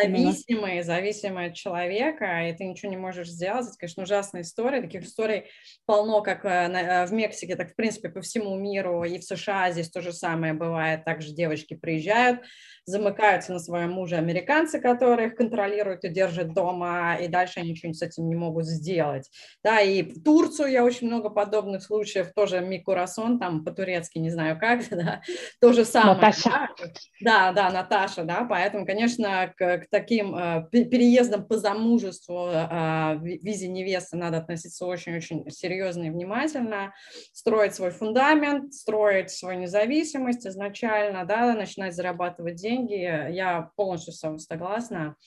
[SPEAKER 1] зависимый от человека, и ты ничего не можешь сделать. Это, конечно, ужасная история. Таких историй полно, как в Мексике, так, в принципе, по всему миру. И в США здесь то же самое бывает. Также девочки приезжают, замыкаются на своем муже американцы, которые их контролируют и держат дома, и дальше они ничего с этим не могут сделать. Да, и в Турцию я очень много подобных случаев, тоже mi corazón, там по-турецки не знаю как, да, то же самое.
[SPEAKER 3] Наташа.
[SPEAKER 1] Да, Наташа, да, поэтому, конечно, к таким переездам по замужеству, визе невесты надо относиться очень-очень серьезно и внимательно, строить свой фундамент, строить свою независимость изначально, да, начинать зарабатывать деньги. Я полностью с вами согласна.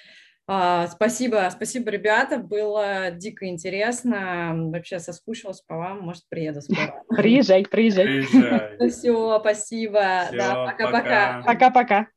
[SPEAKER 1] Спасибо, ребята, было дико интересно. Вообще соскучилась по вам, может, приеду скоро.
[SPEAKER 3] Приезжай.
[SPEAKER 2] Приезжай.
[SPEAKER 1] Все, спасибо.
[SPEAKER 2] Все,
[SPEAKER 1] Да, пока-пока.
[SPEAKER 3] Пока-пока.